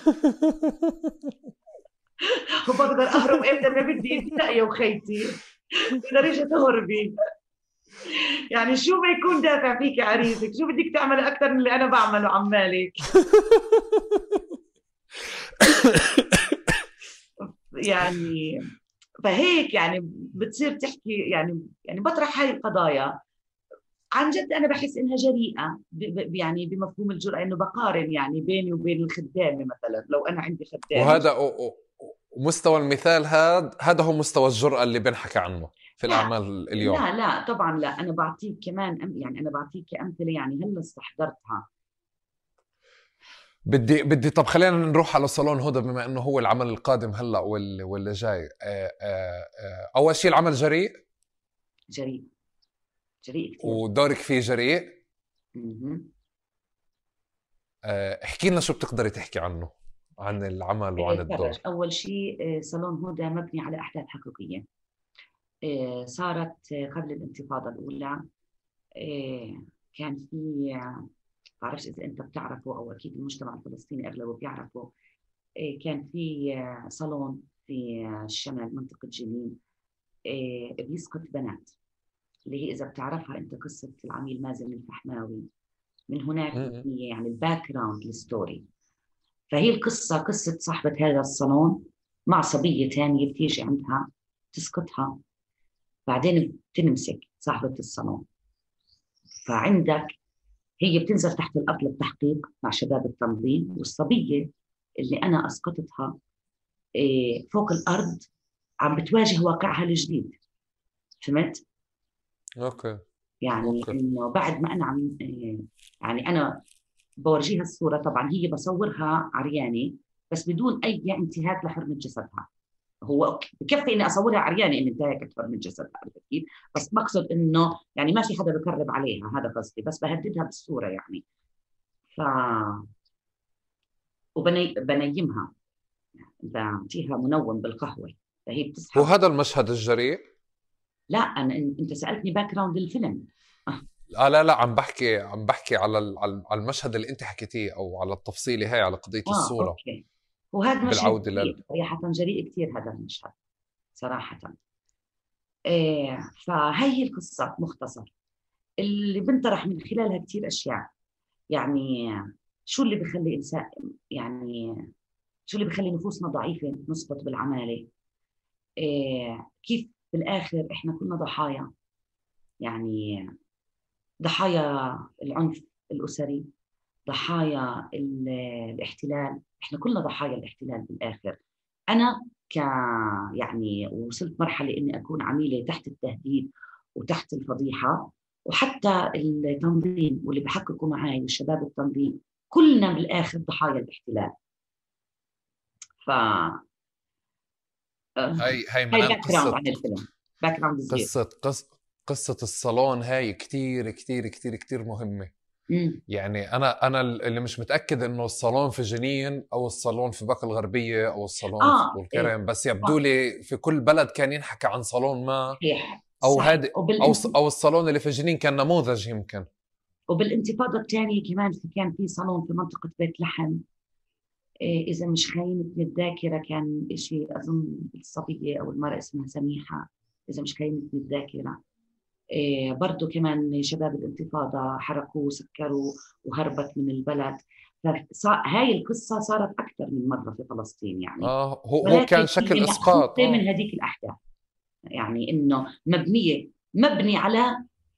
وبقدر اهرب امتى ما بدي. انت لا يا وخيتي تقدريش تهربي، يعني شو ما يكون دافع فيكي عريسك شو بدك تعملي اكثر من اللي انا بعمله عمالك. يعني فهيك يعني بتصير تحكي، يعني يعني بطرح هاي القضايا. عن جد انا بحس انها جريئه، ب ب يعني بمفهوم الجرأه، انه بقارن يعني بيني وبين الخدامه، مثلا لو انا عندي خدامه. وهذا و- و- ومستوى المثال هذا هذا هو مستوى الجرأة اللي بنحكي عنه في لا الأعمال اليوم. لا لا طبعا لا، انا بعطيك كمان أم- يعني انا بعطيك امثله يعني هلا استحضرتها. بدي بدي طب خلينا نروح على صالون هدى بما انه هو العمل القادم هلا واللي, واللي جاي. آه آه آه اول شيء العمل جريء، جريء، جريء كثير. ودورك فيه جريء. مهم. آه احكي لنا شو بتقدري تحكي عنه، عن العمل وعن إيه، فرج. الدور. اول شيء آه، صالون هدى مبني على احداث حقيقيه آه، صارت آه، قبل الانتفاضه الاولى. آه، كان في آه، بعرفش اذا انت بتعرفه او اكيد المجتمع الفلسطيني اغلبه بيعرفه. آه، كان في آه، صالون في آه، الشمال منطقة جنين آه، بيسقط بنات، اللي هي إذا بتعرفها أنت قصة العميل مازن الفحماوي. من هناك م- مبنية يعني الباك جراوند الستوري. فهي القصة قصة صاحبة هذا الصالون مع صبية ثانية بتيجي عندها تسقطها، بعدين بتنمسك صاحبة الصالون. فعندك هي بتنزل تحت الأرض للتحقيق مع شباب التنظيم، والصبية اللي أنا أسقطتها آه، فوق الأرض عم بتواجه واقعها الجديد. فهمت؟ اوكي يعني اوكي. انه بعد ما انا عم آه، يعني انا بورجيها الصوره، طبعا هي بصورها عريانه بس بدون اي انتهاك لحرمه جسدها. هو أوكي. بكفي اني اصورها عريانه ان انتهكت حرمه جسدها، عرفت كيف؟ بس بقصد انه يعني ما في حدا بقرب عليها، هذا قصدي، بس بهددها بالصوره يعني. ف وبنيمها، بعطيها منوم بالقهوه فهي هو بتسحب. هذا المشهد الجريء؟ لا انا انت سالتني باك جراوند الفيلم. آه لا لا، عم بحكي عم بحكي على ال- على على المشهد اللي انت حكيتيه، او على التفصيلة هاي، على قضية اه الصورة اوكي. وهذا مشهد بالعودة لل. جريء صراحة، جريء كثير هذا المشهد صراحة. إيه، فهي القصة مختصر اللي بنطرح من خلالها كثير أشياء. يعني شو اللي بخلي إنسان، يعني شو اللي بخلي نفوسنا ضعيفة نسقط بالعمالة. إيه، كيف بالآخر إحنا كلنا ضحايا، يعني ضحايا العنف الأسري، ضحايا ال- الاحتلال. إحنا كلنا ضحايا الاحتلال بالآخر. أنا ك يعني وصلت مرحلة إني أكون عميلة تحت التهديد وتحت الفضيحة، وحتى التنظيم واللي بحققوا معي والشباب التنظيم كلنا بالآخر ضحايا الاحتلال. ف آه، هاي هاي هاي منال باك جراوند قصة عن الفيلم، باك جراوند صغير. قصة قص قصة الصالون هاي كتير كتير كتير كتير مهمة. امم يعني أنا أنا اللي مش متأكد إنه الصالون في جنين أو الصالون في باقة الغربية أو الصالون في اه طول إيه. كرم، بس يبدو آه. لي في كل بلد كان ينحكى عن صالون ما، صحيح أو صحيح. هذا، أو وبالانت... أو الصالون اللي في جنين كان نموذج يمكن. وبالانتفاضة الثانية كمان في كان في صالون في منطقة بيت لحم، إيه، إذا مش خاينتني الذاكرة كان إشي أظن الصبية أو المرأة اسمها سميحة، إذا مش خاينتني الذاكرة. إيه، برضو كمان شباب الانتفاضة حركوه وسكروا وهربت من البلد. فهاي القصة صارت أكثر من مرة في فلسطين يعني، اه هو هو ولكن كان شكل هي اسقاط. مأخوذة من اه هذيك الأحداث، يعني إنه مبنية مبني على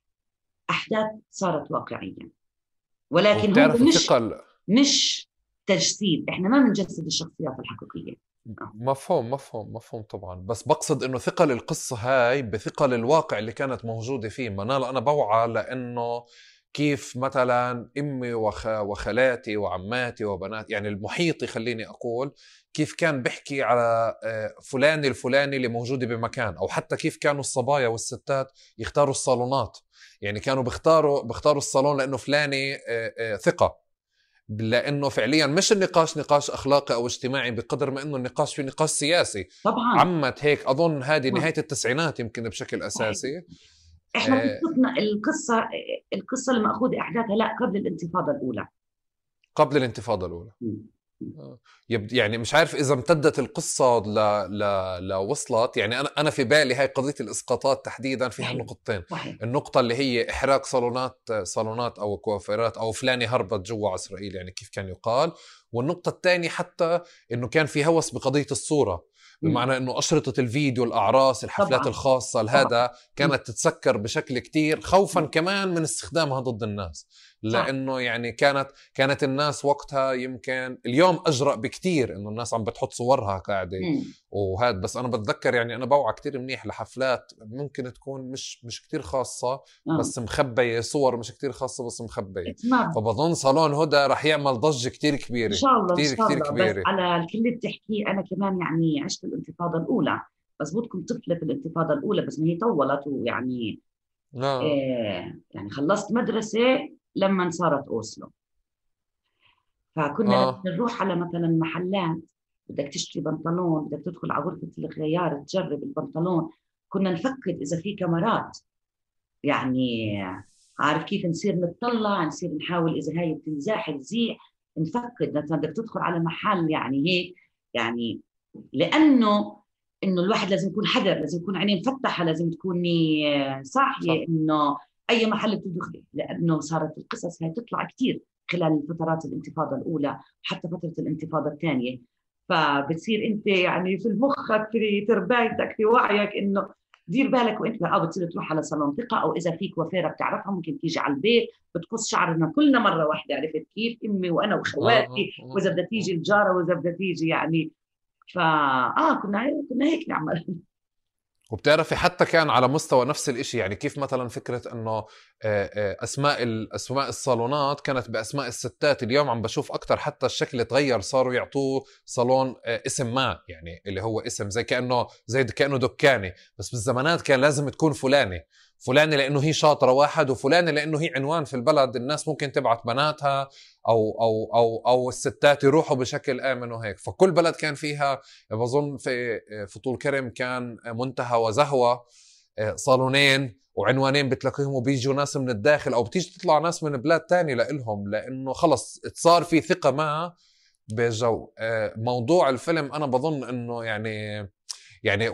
أحداث صارت واقعيا، ولكن هو وبتعرفي مش ثقل. مش تجسيد، إحنا ما بنجسد الشخصيات الحقيقية. آه. مفهوم مفهوم مفهوم طبعا، بس بقصد انه ثقل القصة هاي بثقل الواقع اللي كانت موجودة فيه. منال انا بوعى لانه كيف مثلا امي وخ... وخالاتي وعماتي وبنات يعني المحيط خليني اقول كيف كان بحكي على آه، فلان الفلاني اللي موجودة بمكان، او حتى كيف كانوا الصبايا والستات يختاروا الصالونات. يعني كانوا بيختاروا بيختاروا الصالون لانه فلاني آه، آه، ثقة، لانه فعليا مش النقاش نقاش اخلاقي او اجتماعي بقدر ما انه النقاش في نقاش سياسي. طبعا. عمت هيك اظن هذه طبعاً. نهايه التسعينات يمكن بشكل صحيح. اساسي. احنا آه، قصتنا القصه القصه المأخوذه احداثها لا قبل الانتفاضه الاولى. قبل الانتفاضه الاولى. م. آه، يبد يعني مش عارف اذا امتدت القصه ل ل لوصلت. يعني انا انا في بالي هاي قضيه الاسقاطات تحديدا فيها صحيح. نقطتين. صحيح. النقطه اللي هي احراق صالونات صالونات او كوافيرات او فلاني هربت جوا اسرائيل يعني كيف كان يقال. والنقطه الثانيه حتى انه كان في هوس بقضيه الصوره، م. بمعنى انه اشرطه الفيديو الاعراس الحفلات طبعا. الخاصه طبعا. لهذا م. كانت تتسكر بشكل كتير خوفا م. كمان من استخدامها ضد الناس. صح. لانه يعني كانت كانت الناس وقتها يمكن اليوم اجرأ بكتير انه الناس عم بتحط صورها قاعده م. وهذا. بس انا بتذكر يعني انا بوعى كتير منيح لحفلات ممكن تكون مش مش كتير خاصه اه. بس مخبيه، صور مش كتير خاصه بس مخبيه. اتمام. فبظن صالون هدى رح يعمل ضجه كتير ان كبيره، شاء الله ان كتير شاء كتير الله. بس كبيره. على الكل اللي بتحكيه انا كمان يعني عشت الانتفاضه الاولى، مزبوط كنت طفله في الانتفاضه الاولى بس ما هي طولت ويعني لا آه يعني خلصت مدرسه لما صارت اوسلو. فكنا لما اه نروح على مثلا محلات بدك تشتري بنطلون بدك تدخل على غرفة الخيار تجرب البنطلون، كنا نفكر إذا في كاميرات يعني، عارف كيف نصير نتطلع نصير نحاول إذا هاي بتنزاح تزيح نفكر مثلا بدك تدخل على محل يعني هيك يعني، لأنه إنه الواحد لازم يكون حذر، لازم يكون عينيه مفتحة، لازم تكوني صح. صاحية إنه أي محل بتدخل، لأنه صارت القصص هاي تطلع كثير خلال فترات الانتفاضة الأولى وحتى فترة الانتفاضة الثانية. فبتصير أنت يعني في مخك في تربايتك في وعيك إنه دير بالك وانت اه بتصير تروح على صالون ثقه، او اذا في كوافيره بتعرفها ممكن تيجي على البيت بتقص شعرنا كلنا مره واحده، عرفت كيف؟ امي وانا اه اه واخواتي، اه واذا بدها اه تيجي الجاره واذا بدها تيجي يعني. فا اه كنا هيك كنا هيك نعمل. وبتعرفي حتى كان على مستوى نفس الاشي. يعني كيف مثلا فكرة انه آه، آه، اسماء اسماء الصالونات كانت باسماء الستات، اليوم عم بشوف اكتر حتى الشكل تغير، صاروا يعطوه صالون آه، اسم ما يعني اللي هو اسم زي كأنه زي كأنه دكاني. بس بالزمانات كان لازم تكون فلاني فلاني لانه هي شاطرة واحد، وفلاني لانه هي عنوان في البلد الناس ممكن تبعت بناتها او او او او الستات يروحوا بشكل امن وهيك. فكل بلد كان فيها، بظن في في طول كرم كان منتهى وزهوة صالونين وعنوانين بتلاقيهم، وبيجوا ناس من الداخل او بتيجي تطلع ناس من بلاد تانية لإلهم، لانه خلص صار في ثقة ما بجو. موضوع الفيلم انا بظن انه يعني يعني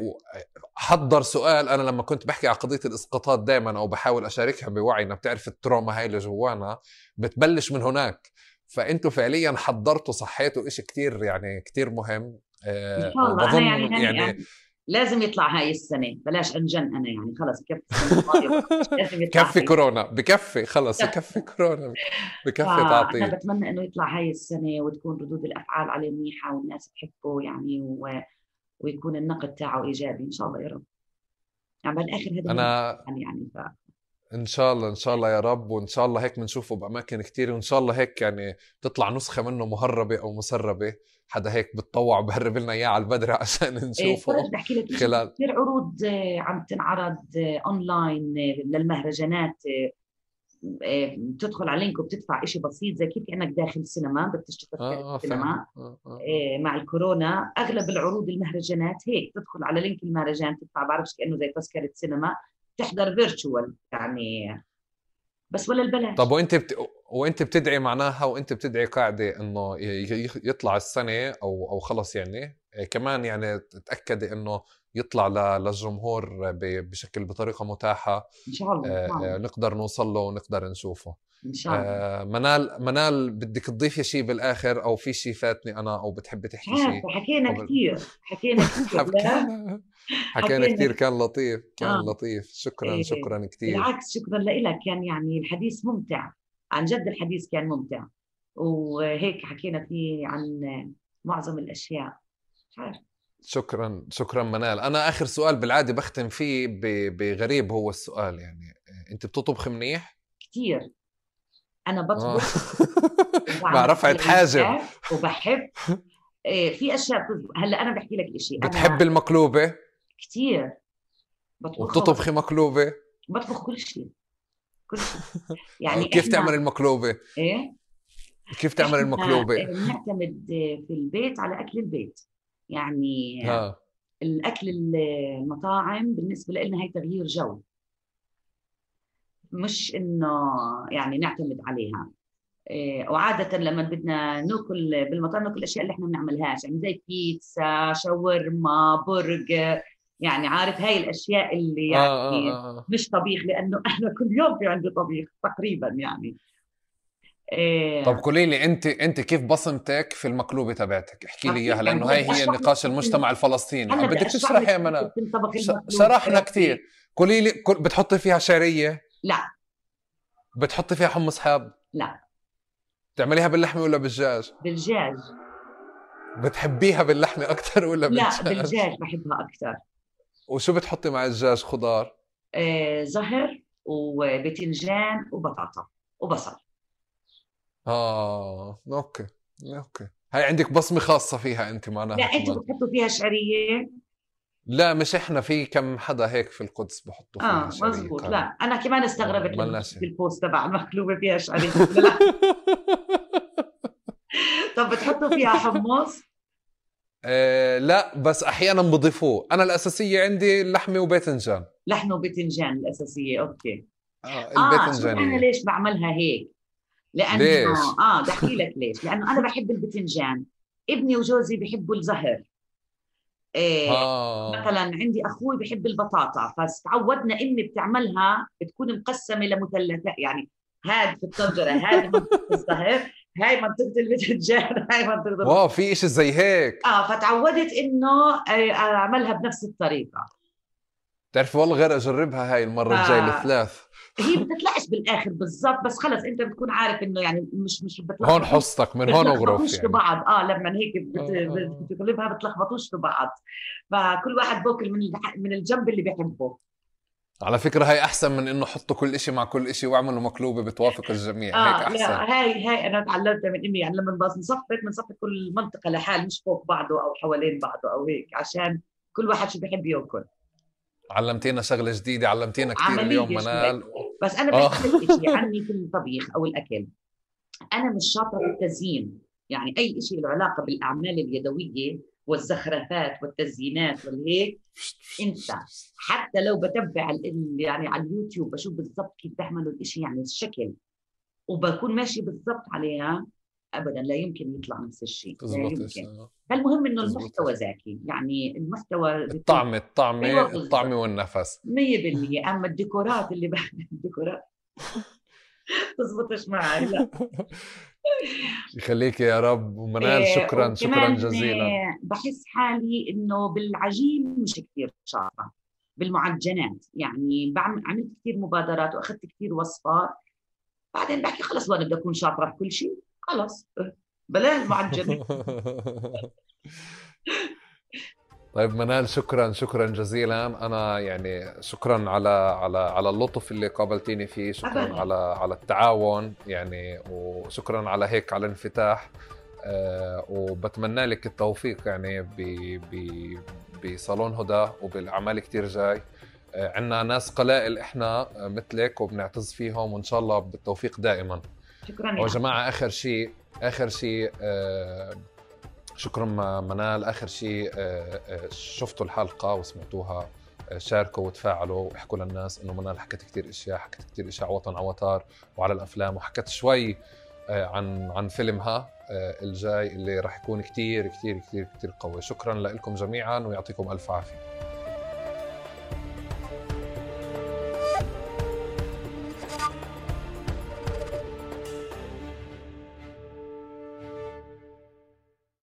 حضر سؤال. انا لما كنت بحكي على قضيه الاسقاطات دائما او بحاول اشاركها بوعينا، بتعرف التروما هاي اللي جوانا بتبلش من هناك. فانتوا فعليا حضرتوا صحيتوا إشي كتير يعني كتير مهم. ان أه شاء الله انا يعني وبظن هني يعني يعني لازم يطلع هاي السنه، بلاش انجن انا يعني خلص كيف السنه الماضيه لازم يطلع بكفي هاي كورونا، بكفي خلص السنه. بكفي كورونا، بكفي فانا تعطيل. بتمنى انه يطلع هاي السنه وتكون ردود الافعال عليه منيحه والناس تحبه يعني و... ويكون النقد تاعه ايجابي ان شاء الله يا رب. يعني بالاخر هذا هو انا يعني يعني ف... ان شاء الله ان شاء الله يا رب، وان شاء الله هيك بنشوفه باماكن كتير، وان شاء الله هيك يعني تطلع نسخة منه مهربة او مسربة، حدا هيك بتطوع بهرب لنا اياه على البدرة عشان إيه، فرج نشوفه بحكي لك شيء، في خلال. كثير عروض آه، عم تنعرض آه، اونلاين آه، للمهرجانات آه، آه، بتدخل على لينك وبتدفع شيء بسيط زي كيف كأنك داخل سينما بدك تشتري تذكرة اه اه فاهم. السينما. آه آه آه. آه، مع الكورونا اغلب العروض المهرجانات هيك تدخل على لينك المهرجان تدفع بعرفش كأنه زي تذكرة سينما تحضر فيرتشوال يعني. بس ولا البلاش. طب وانت بت... وانت بتدعي معناها، وانت بتدعي قاعده انه ي... يطلع السنه او او خلص يعني كمان يعني تتاكدي انه يطلع ل... للجمهور ب... بشكل بطريقه متاحه ان شاء الله. إن شاء آه... الله. نقدر نوصل له ونقدر نشوفه. ان شاء الله. آه... منال منال بدك تضيفي شيء بالاخر او في شيء فاتني انا او بتحبي تحكي شيء؟ حكينا قبل... كثير حكينا كثير حكينا حكينا كثير، كان لطيف كان آه. لطيف. شكرا إيه. شكرا كثير. بالعكس شكرا لك، كان يعني الحديث ممتع عن جد، الحديث كان ممتع، وهيك حكينا فيه عن معظم الاشياء. مش عارف. شكرا شكرا منال. انا اخر سؤال بالعاده بختم فيه بغريب هو السؤال، يعني انت بتطبخ منيح؟ كثير. انا بطبخ مع رفعة حاجب وبحب إيه في اشياء. هلا انا بحكي لك شيء، بتحب المقلوبه كثير، بطبخ وبتطبخي مقلوبه؟ بطبخ كل شيء كل شيء يعني. كيف تعمل المقلوبه؟ ايه كيف تعمل المقلوبه؟ بنعتمد في البيت على اكل البيت يعني. ها. الاكل المطاعم بالنسبه لنا هي تغيير جو، مش انه يعني نعتمد عليها. إيه وعاده لما بدنا ناكل بالمطاعم ناكل الاشياء اللي احنا ما بنعملهاش، يعني زي بيتزا، شاورما، برجر، يعني عارف هاي الاشياء اللي يعني آه آه آه. مش طبيخ، لانه انا كل يوم في عندي طبيخ تقريبا يعني. إيه. طب قولي لي انت انت كيف بصمتك في المقلوبه تبعتك؟ احكي لي اياها، لانه هاي هي نقاش المجتمع الفلسطيني. بدك تشرحي يا منى؟ شرحنا كثير. قولي لي بتحطي فيها شعريه؟ لا. بتحطي فيها حمص حاب؟ لا. بتعمليها باللحمه ولا بالدجاج؟ بالدجاج. بتحبيها باللحمه اكثر ولا بالدجاج؟ لا بالدجاج بحبها اكثر. وشو بتحطي مع الدجاج خضار؟ آه زهر وباذنجان وبطاطا وبصل. اه اوكي اوكي. هاي عندك بصمه خاصه فيها انت معناها؟ لا انتوا بتحطوا فيها شعريه؟ لا مش احنا، في كم حدا هيك في القدس بحطوا فيها آه شعريه. مزبوط. لا انا كمان استغربت لما شفت البوست تبع المقلوبه فيها شعريه. طب بتحطوا فيها حمص؟ آه لا بس احيانا بضيفوه. انا الاساسيه عندي اللحمه وباذنجان. لحمه وباذنجان الاساسيه. اوكي. اه الباذنجانيه. آه انا ليش بعملها هيك؟ لانه ليش؟ اه بدي احكي لك ليش. لانه انا بحب الباذنجان، ابني وجوزي بيحبوا الزهر. إيه آه. مثلا عندي اخوي بحب البطاطا، فتعودنا امي بتعملها بتكون مقسمه لمثلثات، يعني هاد في الطنجره، هاد منطقه الزهر، هاي منطقه الباذنجان، هاي منطقه. واو في شيء زي هيك. اه فتعودت انه اعملها بنفس الطريقه. بتعرفي والله غير اجربها هاي المره ف... الجايه الثلاث. هي بتطلعش بالاخر بالضبط، بس خلص انت بتكون عارف انه يعني مش مش بتلخبط هون حصتك من هون اغرف يعني. في بعض اه لما هيك بتقلبها بتلخبطوش في بعض، فكل واحد باكل من من الجنب اللي بيحبه. على فكره هاي احسن من انه حطوا كل شيء مع كل شيء واعملوا مقلوبه بتوافق الجميع. آه هيك احسن. لا هاي هاي انا تعلمتها من امي، يعني لما بنصفط بنصفط كل منطقه لحال، مش فوق بعضه او حوالين بعضه او هيك، عشان كل واحد شو بيحب ياكل. علمتينا شغله جديده، علمتينا كثير اليوم منال. بس انا بحكي لك شيء عني في الطبيخ او الاكل. انا مش شاطره في التزيين، يعني اي شيء له علاقه بالاعمال اليدويه والزخرفات والتزيينات والهيك، انت حتى لو بتبع يعني على اليوتيوب بشوف بالضبط كيف بيعملوا الشيء، يعني الشكل، وبكون ماشي بالضبط عليها، ابدا لا يمكن يطلع نفس الشيء. لا يمكن. فالمهم انه المحتوى ذكي، يعني المحتوى الطعم الطعم الطعم والنفس مية بالمية. اما الديكورات اللي بعد الديكورات تزبطش معي. لا يخليك يا رب. ومنال شكرا شكرا جزيلا. بحس حالي انه بالعجين مش كثير شاطره، بالمعجنات يعني بعمل عملت كثير مبادرات واخذت كثير وصفات، بعدين بحكي خلص وانا بدي اكون شاطره في كل شيء، خلص بلا المعجنات. طيب منال شكرا شكرا جزيلا. انا يعني شكرا على على على اللطف اللي قابلتيني فيه، شكرا أبدا. على على التعاون يعني، وشكرا على هيك على الانفتاح. أه وبتمنى لك التوفيق يعني بصالون هدى وبالاعمال كتير جاي. أه عندنا ناس قلائل احنا مثلك وبنعتز فيهم، وان شاء الله بالتوفيق دائما. شكرا يا جماعه. اخر شيء اخر شيء أه شكرا منال. آخر شيء شفتوا الحلقة وسمعتوها شاركوا وتفاعلوا واحكوا للناس انه منال حكت كتير اشياء، حكت كتير اشياء وطن اوتار وعلى الافلام، وحكت شوي عن عن فيلمها الجاي اللي راح يكون كتير كتير كتير كتير قوي. شكرا لكم جميعا ويعطيكم الف عافيه.